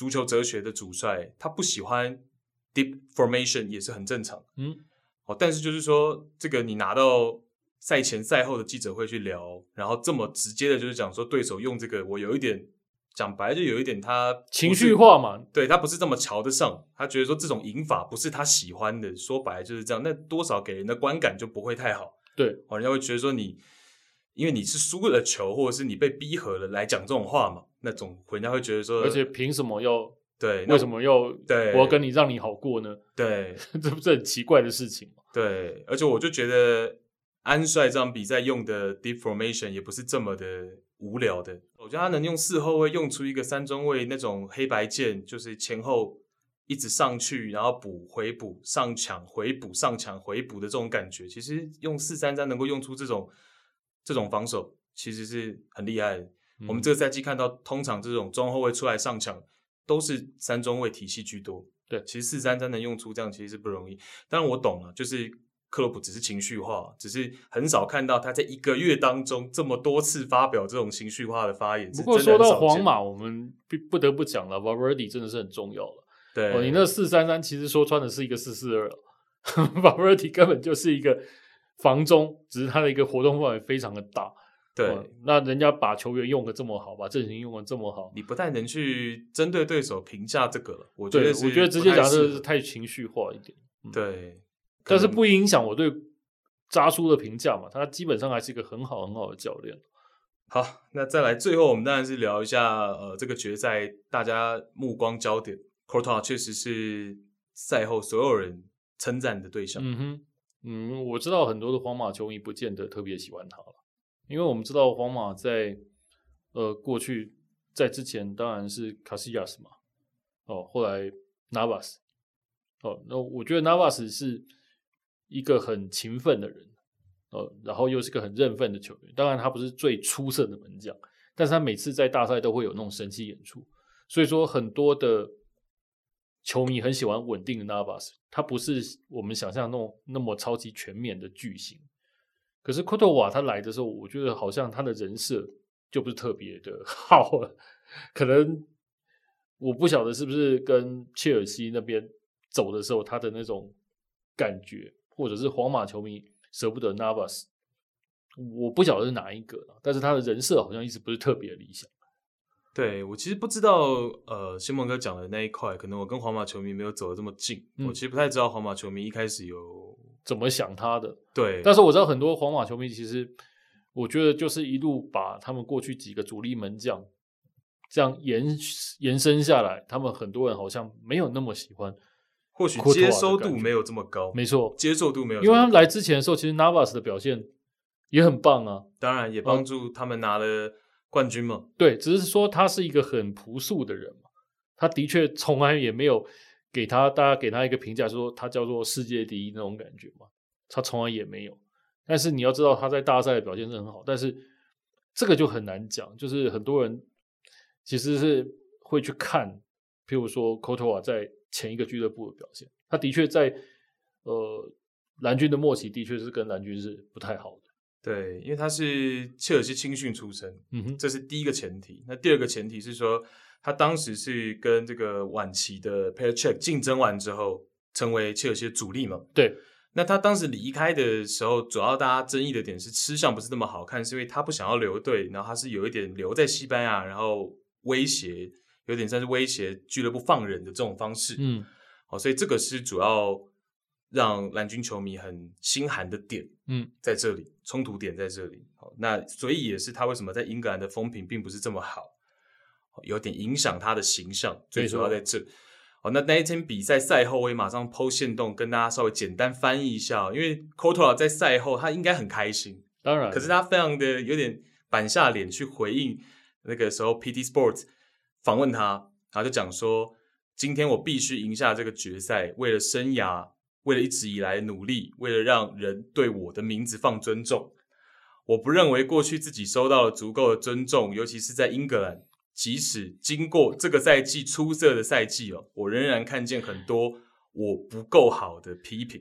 足球哲学的主帅，他不喜欢 deep formation 也是很正常。但是就是说，这个你拿到赛前赛后的记者会去聊，然后这么直接的就是讲说对手用这个，我有一点讲白就有一点他情绪化嘛， 对，他不是这么瞧得上，他觉得说这种赢法不是他喜欢的，说白了就是这样，那多少给人的观感就不会太好。 对， 人家会觉得说你因为你是输了球，或者是你被逼和了来讲这种话嘛，那种人家会觉得说， 而且凭什么要对？ 为什么要对？ 我要跟你让你好过呢？ 对， 这不是很奇怪的事情吗？ 对，而且我就觉得安帅这场比赛用的 deep formation 也不是这么的无聊的，我觉得他能用4后卫用出一个3中卫那种黑白键，就是前后一直上去，然后补回补上抢回补上抢回补的这种感觉，其实用4-3-3能够用出这种防守，其实是很厉害的。我们这个赛季看到，通常这种中后卫出来上抢都是3中卫体系居多。 对， 其实4-3-3能用出这样其实是不容易。当然我懂了，就是克洛普只是情绪化，只是很少看到他在1个月当中这么多次发表这种情绪化的发言。 不过说到皇马，我们不得不讲了 ，Valverde 真的是很重要了。 对， 你那4-3-3其实说穿的是一个4-4-2了，Valverde 根本就是一个防中，只是他的一个活动范围非常的大。 对， 那人家把球员用的这么好，把阵型用的这么好， 你不太能去针对对手评价这个了。我觉得直接讲这是太情绪化一点。 对， 但是不影响我对扎叔的评价嘛，他基本上还是一个很好的教练。 好，那再来最后我们当然是聊一下这个决赛大家目光焦点 Courtois 确实是赛后所有人称赞的对象。 我知道很多的皇马球迷不见得特别喜欢他了，因为我们知道皇马在过去在之前当然是 Casillas 嘛，后来 Navas，那我觉得 Navas 是一个很勤奋的人，然后又是个很认份的球员。当然他不是最出色的门将，但是他每次在大赛都会有那种神奇演出，所以说很多的球迷很喜欢稳定的 Navas， 他不是我们想象那么超级全面的巨星。可是 Courtois 他来的时候，我觉得好像他的人设就不是特别的好了，可能我不晓得是不是跟切尔西那边走的时候他的那种感觉，或者是皇马球迷舍不得 Navas， 我不晓得是哪一个，但是他的人设好像一直不是特别理想。 对，我其实不知道新蒙哥讲的那一块，可能我跟皇马球迷没有走得这么近，我其实不太知道皇马球迷一开始有怎么想他的。 对， 但是我知道很多皇马球迷其实我觉得就是一路把他们过去几个主力门将这样延伸下来，他们很多人好像没有那么喜欢， 或许接收度没有这么高。 没错， 接受度没有这么高， 因为他们来之前的时候其实 Navas 的表现也很棒啊， 当然也帮助他们拿了冠军嘛。 对，只是说他是一个很朴素的人嘛，他的确从来也没有大家给他一个评价说他叫做世界第一那种感觉嘛，他从来也没有。但是你要知道他在大赛的表现是很好，但是这个就很难讲，就是很多人其实是会去看，譬如说 Courtois 在前一个俱乐部的表现，他的确在蓝军的末期的确是跟蓝军是不太好的。 对，因为他是切尔西青训出身，这是第一个前提。那第二个前提是说，他当时是跟这个晚期的 Petr Cech 竞争完之后，成为切尔西的主力嘛。 对。 那他当时离开的时候，主要大家争议的点是吃相不是那么好看，是因为他不想要留队，然后他是有一点留在西班牙，然后威胁，有点像是威胁俱乐部放人的这种方式。所以这个是主要让蓝军球迷很心寒的点。在这里冲突点在这里。那所以也是他为什么在英格兰的风评并不是这么好，有点影响他的形象，最主要在这。那一天比赛赛后我也马上 po 限动跟大家稍微简单翻译一下，因为 Courtois 在赛后他应该很开心， 当然， 可是他非常的有点板下脸去回应那个时候 PT Sports 访问他，然后就讲说，今天我必须赢下这个决赛，为了生涯，为了一直以来的努力，为了让人对我的名字放尊重，我不认为过去自己收到了足够的尊重，尤其是在英格兰。即使经过这个赛季出色的赛季我仍然看见很多我不够好的批评。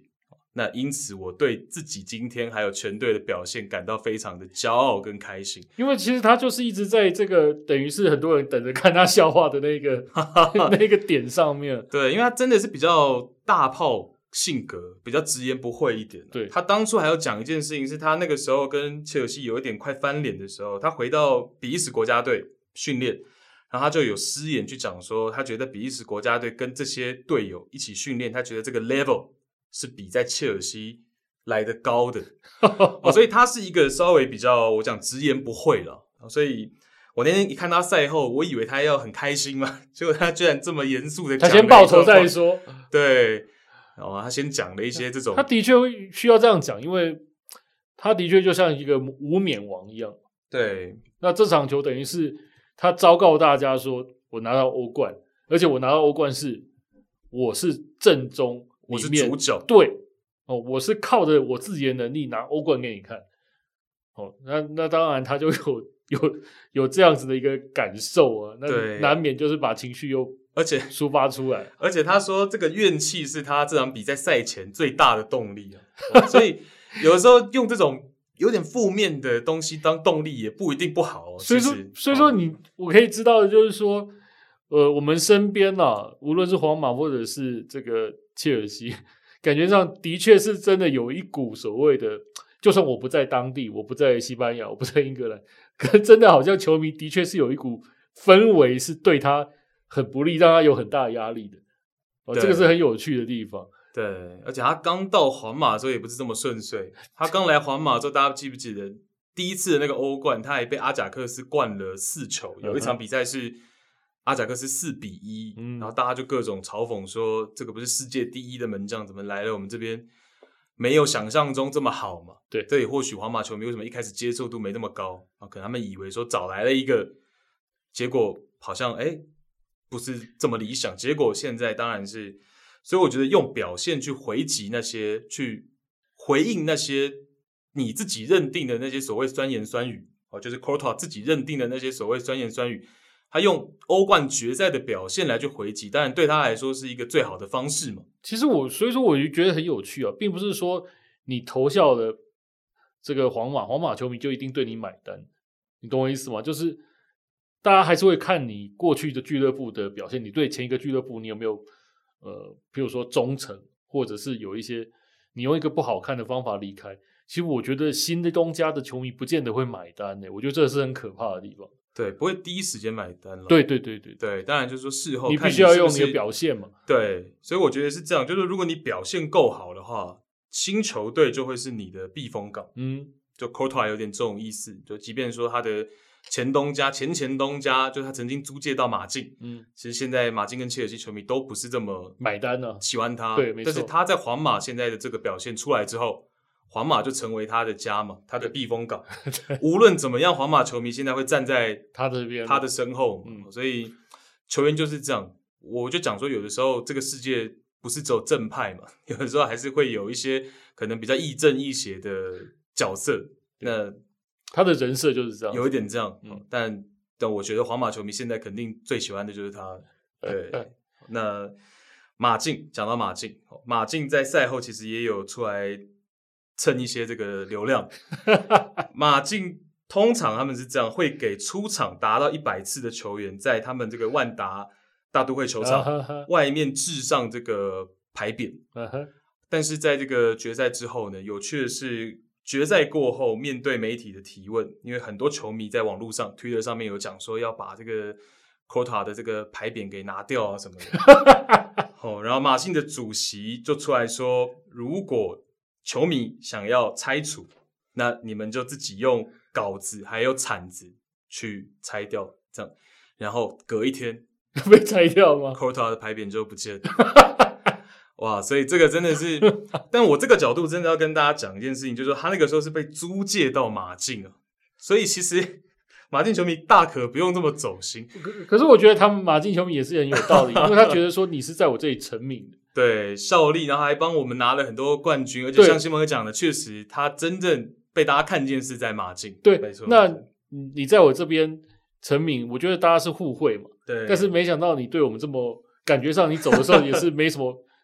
那因此我对自己今天还有全队的表现感到非常的骄傲跟开心， 因为其实他就是一直在这个等于是很多人等着看他笑话的那个那个点上面。 对，因为他真的是比较大炮性格，比较直言不讳一点。 对， 他当初还有讲一件事情，是他那个时候跟切尔西有一点快翻脸的时候，他回到比利时国家队训练，然后他就有失言去讲说，他觉得比利时国家队跟这些队友一起训练，他觉得这个 level 是比在切尔西来得高的所以他是一个稍微比较我讲直言不讳了，所以我那天一看他赛后，我以为他要很开心嘛，结果他居然这么严肃的讲， 他先报仇再说。 对，他先讲了一些这种， 他的确需要这样讲，因为他的确就像一个无冕王一样。 对， 那这场球等于是他昭告大家说，我拿到欧冠，而且我拿到欧冠我是正宗， 我是主角， 对我是靠着我自己的能力拿欧冠给你看。那当然他就有这样子的一个感受啊，那难免就是把情绪又而且抒发出来， 而且他说这个怨气是他这场比赛赛前最大的动力所以有的时候用这种有点负面的东西当动力也不一定不好所以说我可以知道的就是说，我们身边无论是皇马或者是这个切尔西，感觉上的确是真的有一股所谓的，就算我不在当地，我不在西班牙，我不在英格兰，可真的好像球迷的确是有一股氛围是对他很不利，让他有很大的压力的。这个是很有趣的地方。 对，而且他刚到皇马的时候也不是这么顺遂。他刚来皇马的时候，大家记不记得第一次的那个欧冠，他还被阿贾克斯灌了4球。有一场比赛是阿贾克斯4-1，然后大家就各种嘲讽说，这个不是世界第一的门将，怎么来了我们这边没有想象中这么好嘛？ 对， 这也或许皇马球迷为什么一开始接受度没那么高可能他们以为说找来了一个，结果好像不是这么理想。结果现在当然是，所以我觉得用表现去回击那些，去回应那些你自己认定的那些所谓酸言酸语就是 Courtois 自己认定的那些所谓酸言酸语，他用欧冠决赛的表现来去回击，当然对他来说是一个最好的方式嘛。 其实所以说我就觉得很有趣并不是说你投效的这个皇马球迷就一定对你买单，你懂我意思吗？就是大家还是会看你过去的俱乐部的表现，你对前一个俱乐部你有没有比如说忠诚，或者是有一些你用一个不好看的方法离开。其实我觉得新的东家的球迷不见得会买单我觉得这是很可怕的地方。 对，不会第一时间买单了。 对， 当然就是说事后你必须要用你的表现嘛。 对，所以我觉得是这样，就是如果你表现够好的话，新球队就会是你的避风港。就 Courtois 有点这种意思，就即便说他的前东家就他曾经租借到马竞，其实现在马竞跟切尔西球迷都不是这么买单喜欢他。 对，没错。 但是他在皇马现在的这个表现出来之后，皇马就成为他的家嘛，他的避风港。无论怎么样，皇马球迷现在会站在他这边，他的身后。所以球员就是这样。我就讲说，有的时候这个世界不是只有正派嘛，有的时候还是会有一些可能比较亦正亦邪的角色。那他的人设就是这样， 有一点这样。但我觉得皇马球迷现在肯定最喜欢的就是他。对，那马竞，讲到马竞在赛后其实也有出来蹭一些这个流量。马竞通常他们是这样，会给出场达到100次的球员在他们这个万达大都会球场外面置上这个牌匾。但是在这个决赛之后呢，有趣的是决赛过后面对媒体的提问，因为很多球迷在网络上 Twitter 上面有讲说要把这个 Courtois 的这个牌匾给拿掉什么的。然后马竞的主席就出来说，如果球迷想要拆除，那你们就自己用镐子还有铲子去拆掉，这样。然后隔一天被拆掉吗？ Courtois 的牌匾就不见了。哇，所以这个真的是，但我这个角度真的要跟大家讲一件事情，就是说他那个时候是被租借到马竞所以其实马竞球迷大可不用这么走心。 可是我觉得他们马竞球迷也是很有道理，因为他觉得说你是在我这里成名的， 对，效力，然后还帮我们拿了很多冠军，而且像西蒙哥讲的，确实他真正被大家看见是在马竞。 对， 没错。 那你在我这边成名，我觉得大家是互惠嘛。 对。 但是没想到你对我们这么，感觉上你走的时候也是没什么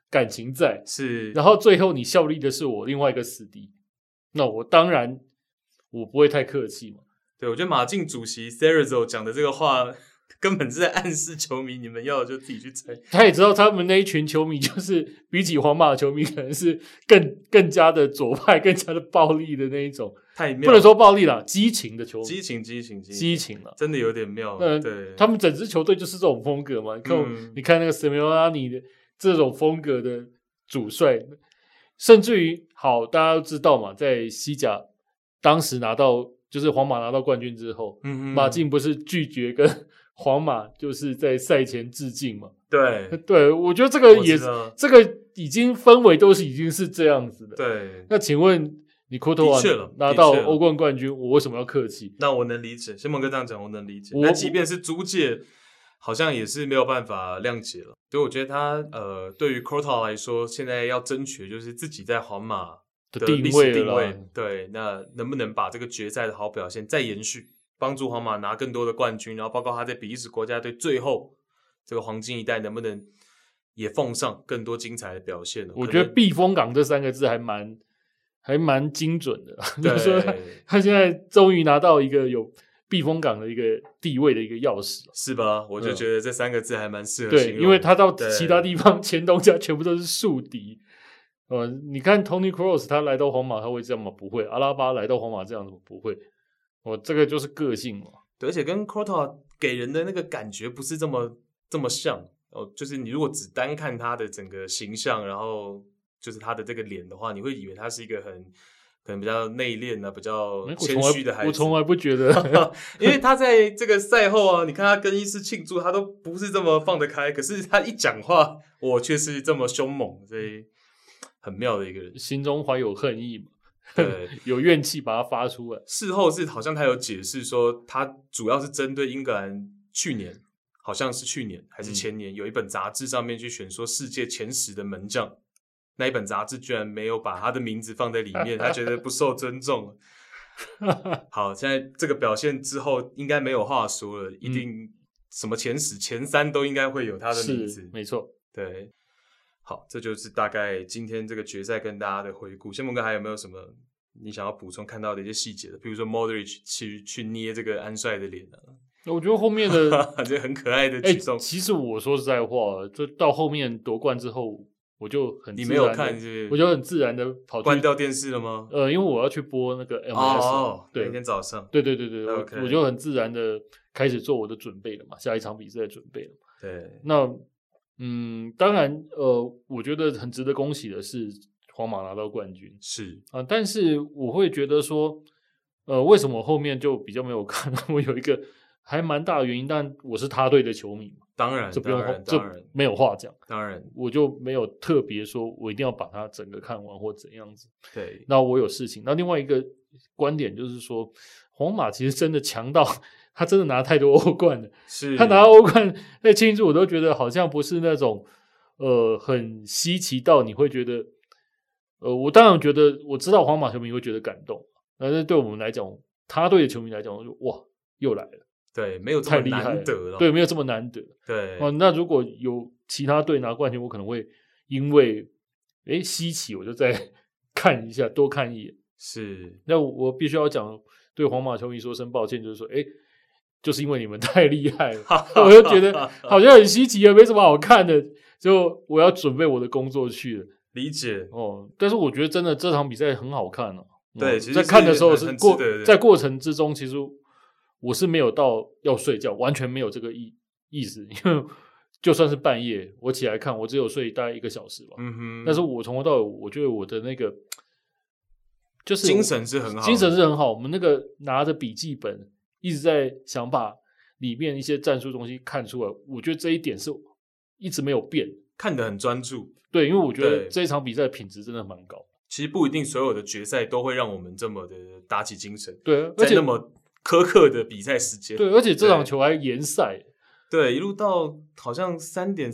感情在， 是， 然后最后你效力的是我另外一个死敌，那我当然我不会太客气嘛。 对，我觉得马竞主席 Cerezo 讲的这个话根本是在暗示球迷，你们要就自己去猜。 他也知道他们那一群球迷就是比起皇马的球迷可能是更加的左派，更加的暴力的那一种， 太妙了， 不能说暴力啦，激情的球迷，激情啦， 真的有点妙。对， 他们整支球队就是这种风格嘛。你看那个 Simeone 的这种风格的主帅，甚至于好，大家都知道嘛，在西甲当时就是皇马拿到冠军之后，马竞不是拒绝跟皇马就是在赛前致敬嘛？对，我觉得这个这个已经氛围都已经是这样子的。 对， 那请问你库托瓦拿到欧冠冠军，我为什么要客气？ 那我能理解，先蒙哥这样讲，我能理解。但即便是租借，好像也是没有办法谅解了。所以我觉得他对于 Courtois 来说，现在要争取就是自己在皇马的历史定位。对，那能不能把这个决赛的好表现再延续，帮助皇马拿更多的冠军，然后包括他在比利时国家队最后这个黄金一代能不能也奉上更多精彩的表现？ 我觉得避风港这3个字还蛮精准的，就是说他现在终于拿到一个有避风港的一个地位的一个钥匙， 是吧？我就觉得这3个字还蛮适合形容的。 对，因为他到其他地方前东家全部都是宿敌。你看 Toni Kroos 他来到皇马他会这样吗？不会。阿拉巴来到皇马这样子不会。这个就是个性嘛。 对，而且跟 Courtois 给人的那个感觉不是这么像。就是你如果只单看他的整个形象，然后就是他的这个脸的话，你会以为他是一个可能比较内敛啊，比较谦虚的孩子。 我从来不觉得， 因为他在这个赛后啊，你看他更衣室庆祝，他都不是这么放得开。可是他一讲话，我却是这么凶猛，所以很妙的一个人， 心中怀有恨意嘛。 对， 有怨气把它发出来。 事后是好像他有解释说，他主要是针对英格兰好像是去年还是前年，有一本杂志上面去选说世界前10的门将，那一本杂志居然没有把他的名字放在里面，他觉得不受尊重。好，现在这个表现之后应该没有话说了，一定什么前10、前3都应该会有他的名字， 没错。 对，好，这就是大概今天这个决赛跟大家的回顾。先蒙哥还有没有什么你想要补充看到的一些细节的？比如说 Modric 去捏这个安帅的脸啊， 我觉得后面的这很可爱的举动。 其实我说实在话，就到后面夺冠之后，我就很自然的， 你没有看是不是？ 我就很自然的跑去关掉电视了吗？ 因为我要去播那个 MLS， 对，每天早上， 对，我就很自然的开始做我的准备了嘛，下一场比赛的准备了嘛。 对， 那当然我觉得很值得恭喜的是皇马拿到冠军， 是啊，但是我会觉得说，为什么后面就比较没有看？我有一个还蛮大的原因，但我是他队的球迷嘛， 当然， 这没有话讲， 当然， 我就没有特别说我一定要把它整个看完或怎样子。 对， 那我有事情。那另外一个观点就是说，皇马其实真的强到他真的拿太多欧冠了， 是他拿欧冠在庆祝，我都觉得好像不是那种很稀奇到你会觉得，我当然觉得我知道皇马球迷会觉得感动，但是对我们来讲，他队的球迷来讲，我就哇又来了。 对，没有这么难得了。 对，没有这么难得。 对， 那如果有其他队拿冠军，我可能会因为稀奇，我就再看一下，多看一眼。 是， 那我必须要讲，对皇马球迷说声抱歉，就是说，就是因为你们太厉害了，我就觉得好像很稀奇，也没什么好看的，就我要准备我的工作去了。 理解但是我觉得真的这场比赛很好看哦。 对，其实在看的时候在过程之中，其实我是没有到要睡觉，完全没有这个意思，因为就算是半夜我起来看，我只有睡大概1个小时吧。但是我从头到尾，我觉得我的那个就是精神是很好， 精神是很好。我们那个拿着笔记本一直在想把里面一些战术东西看出来，我觉得这一点是一直没有变， 看得很专注。 对，因为我觉得这一场比赛的品质真的蛮高。 其实不一定所有的决赛都会让我们这么的打起精神， 对， 在那么苛刻的比赛时间， 对，而且这场球还延赛， 对，一路到好像3点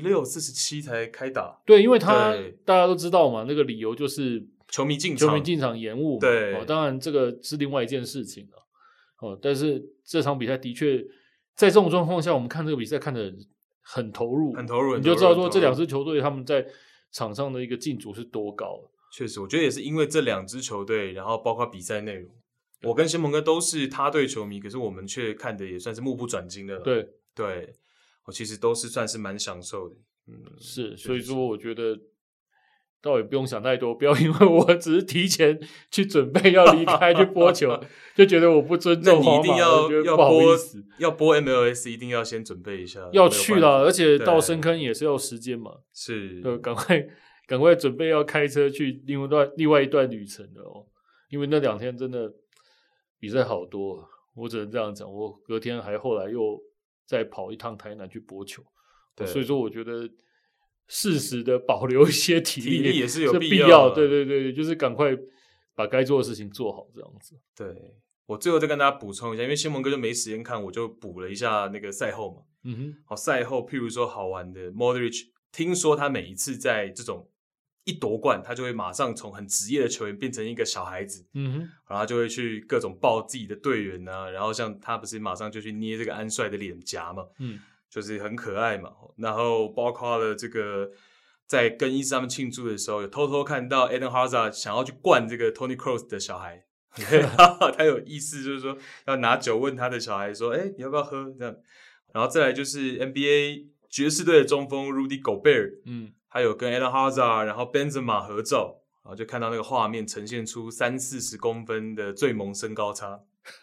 46、47才开打， 对，因为大家都知道嘛，那个理由就是球迷进场延误， 对， 当然这个是另外一件事情了，但是这场比赛的确在这种状况下，我们看这个比赛看得很投入，你就知道说这2支球队他们在场上的一个竞逐是多高的。 确实，我觉得也是因为这2支球队，然后包括比赛内容，我跟先鹏哥都是他队球迷，可是我们却看的也算是目不转睛的。对，我其实都是算是蛮享受的。 是，所以说我觉得倒也不用想太多，不要因为我只是提前去准备要离开去播球，就觉得我不尊重皇马。 那你一定要播 MLS， 一定要先准备一下。 要去啦，而且到深坑也是要时间嘛。 是， 赶快准备要开车去另外一段旅程了哦。因为那2天真的比赛好多，我只能这样讲。我隔天后来又再跑一趟台南去播球，所以说我觉得适时的保留一些体力也是有必要。对，就是赶快把该做的事情做好，这样子。 对，我最后再跟大家补充一下，因为先鹏哥就没时间看，我就补了一下那个赛后嘛。好，赛后譬如说好玩的 Modric， 听说他每一次在这种一夺冠，他就会马上从很职业的球员变成一个小孩子，然后他就会去各种抱自己的队员啊，然后像他不是马上就去捏这个安帅的脸颊嘛，就是很可爱嘛。然后包括了这个在更衣室他们庆祝的时候，有偷偷看到 Eden Hazard 想要去灌这个 Toni Kroos 的小孩，他有意思就是说要拿酒问他的小孩说，你要不要喝这样。然后再来就是 NBA 爵士队的中锋 Rudy Gobert，还有跟 Eden Hazard 然后 Benzema 合照，然后就看到那个画面呈现出30-40公分的最萌身高差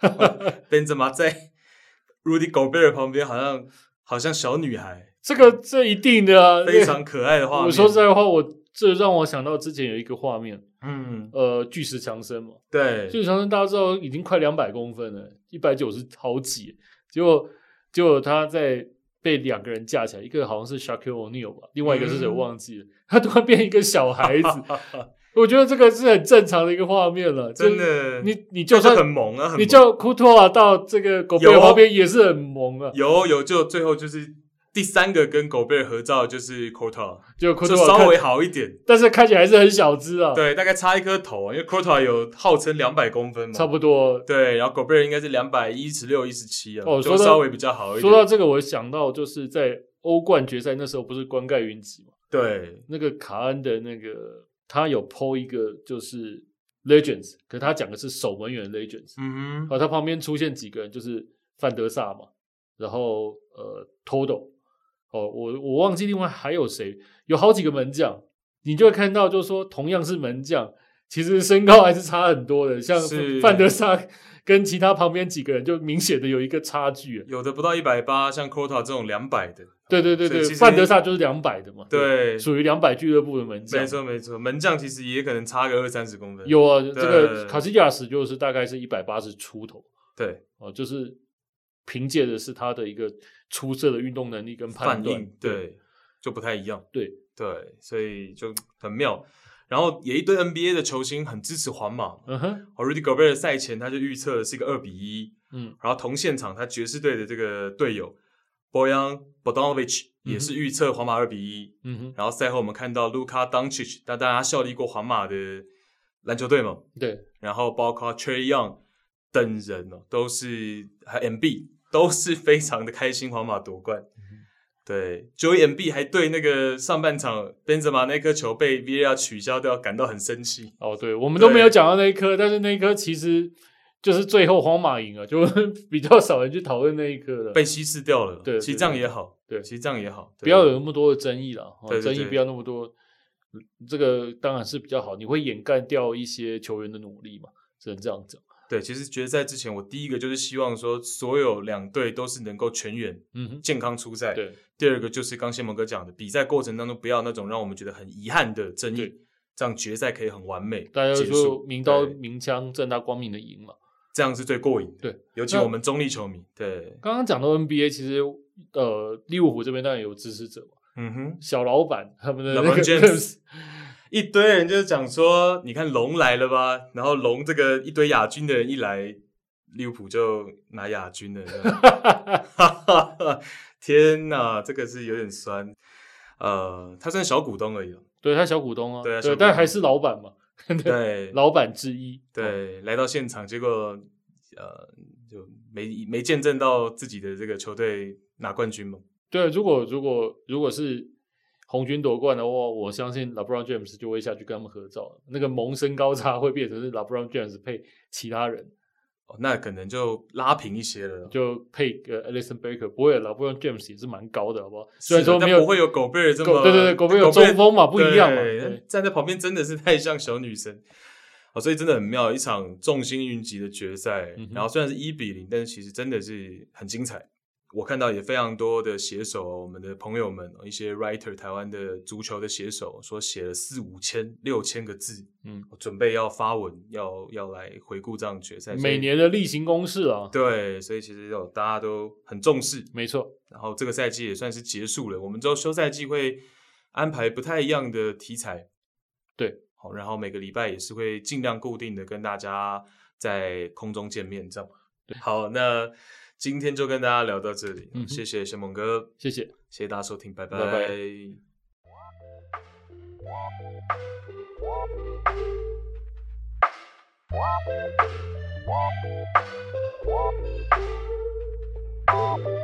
Benzema 在 Rudy Gobert 旁边好像小女孩， 这一定的啊， 非常可爱的画面。 我说实在话，这让我想到之前有一个画面，巨石强森嘛， 对， 巨石强森大家知道已经快200公分了，190好几，结果他在被2个人架起来，一个好像是 Shaquille O'Neal 吧，另外一个是谁我忘记了，他突然变一个小孩子。我觉得这个是很正常的一个画面了， 真的。 你就算很萌啊， 你叫库托瓦到这个狗贝尔旁边也是很萌啊。 有，就最后就是第3个跟狗贝尔合照就是 Courtois， 就稍微好一点， 但是看起来还是很小只啊。 对，大概差一颗头啊，因为 Courtois 有号称200公分嘛， 差不多。 对，然后狗贝尔应该是216、117啊，就稍微比较好一点。 说到这个，我想到就是在欧冠决赛那时候不是冠盖云集嘛？ 对， 那个卡恩的那个。他有 po 一个就是 Legends， 可是他讲的是守门员 Legends， 他旁边出现几个人，就是范德萨嘛，然后Todo， 我忘记另外还有谁，有好几个门将，你就会看到就是说同样是门将，其实身高还是差很多的，像范德萨跟其他旁边几个人就明显的有一个差距， 有的不到180，像 Courtois 这种200的。 对，范德萨就是200的嘛， 对， 属于200俱乐部的门将。 没错，门将其实也可能差个20-30公分。 有啊，这个卡西亚斯就是大概是180出头。 对， 就是凭借的是他的一个出色的运动能力跟判断， 对，就不太一样。 对， 所以就很妙。然后也一堆 NBA 的球星很支持皇马。Rudy Gobert 赛前他就预测的是一个2-1。然后同现场他爵士队的这个队友Bojan Bogdanovic 也是预测皇马2-1。然后赛后我们看到 Luka Doncic， 当然他效力过皇马的篮球队嘛。 对。 然后包括 Trae Young 等人都是还有 MB 都是非常的开心皇马夺冠。对 ，Joey MB 还对那个上半场 Benzema 那颗球被 VAR 取消掉感到很生气。 对，我们都没有讲到那一颗，但是那一颗其实就是最后皇马赢了，就比较少人去讨论那一颗了， 被稀释掉了。 对， 其实这样也好， 对， 其实这样也好， 不要有那么多的争议了， 对， 争议不要那么多，这个当然是比较好，你会掩盖掉一些球员的努力嘛，只能这样讲。 对，其实决赛之前，我第一个就是希望说，所有2队都是能够全员健康出赛。 对， 第二个就是刚先蒙哥讲的，比赛过程当中不要那种让我们觉得很遗憾的争议，这样决赛可以很完美大家就明刀明枪、正大光明的赢嘛， 这样是最过瘾的。对， 尤其我们中立球迷。对， 刚刚讲到 NBA， 其实利物浦这边当然有支持者嘛，小老板他们的那个 James。 一堆人就是讲说，你看龙来了吧？然后龙这个一堆亚军的人一来，利物浦就拿亚军了。天哪，这个是有点酸。他算小股东而已。 对，他小股东啊， 对， 但还是老板嘛。 对， 老板之一。 对，来到现场，结果就没见证到自己的这个球队拿冠军嘛。 对，如果是红军夺冠的话，我相信 LeBron James 就会下去跟他们合照，那个萌身高差会变成是 LeBron James 配其他人。 那可能就拉平一些了， 就配个 Alisson Baker， 不会 LeBron James 也是蛮高的，好不好？虽然说没有， 不会有狗贝尔这么， 对，狗贝尔有中锋嘛，不一样嘛。 站在旁边真的是太像小女生，所以真的很妙，一场众星云集的决赛。然后虽然是1-0，但是其实真的是很精彩。我看到也非常多的写手，我们的朋友们，一些 writer， 台湾的足球的写手，说写了4-5千、6千个字，准备要发文，要来回顾这场决赛。 每年的例行公事啊， 对，所以其实大家都很重视， 没错。 然后这个赛季也算是结束了，我们之后休赛季会安排不太一样的题材， 对， 好，然后每个礼拜也是会尽量固定的跟大家在空中见面，这样。 对， 好，那今天就跟大家聊到这里，谢谢小猛哥， 谢谢大家收听，拜拜。 拜拜。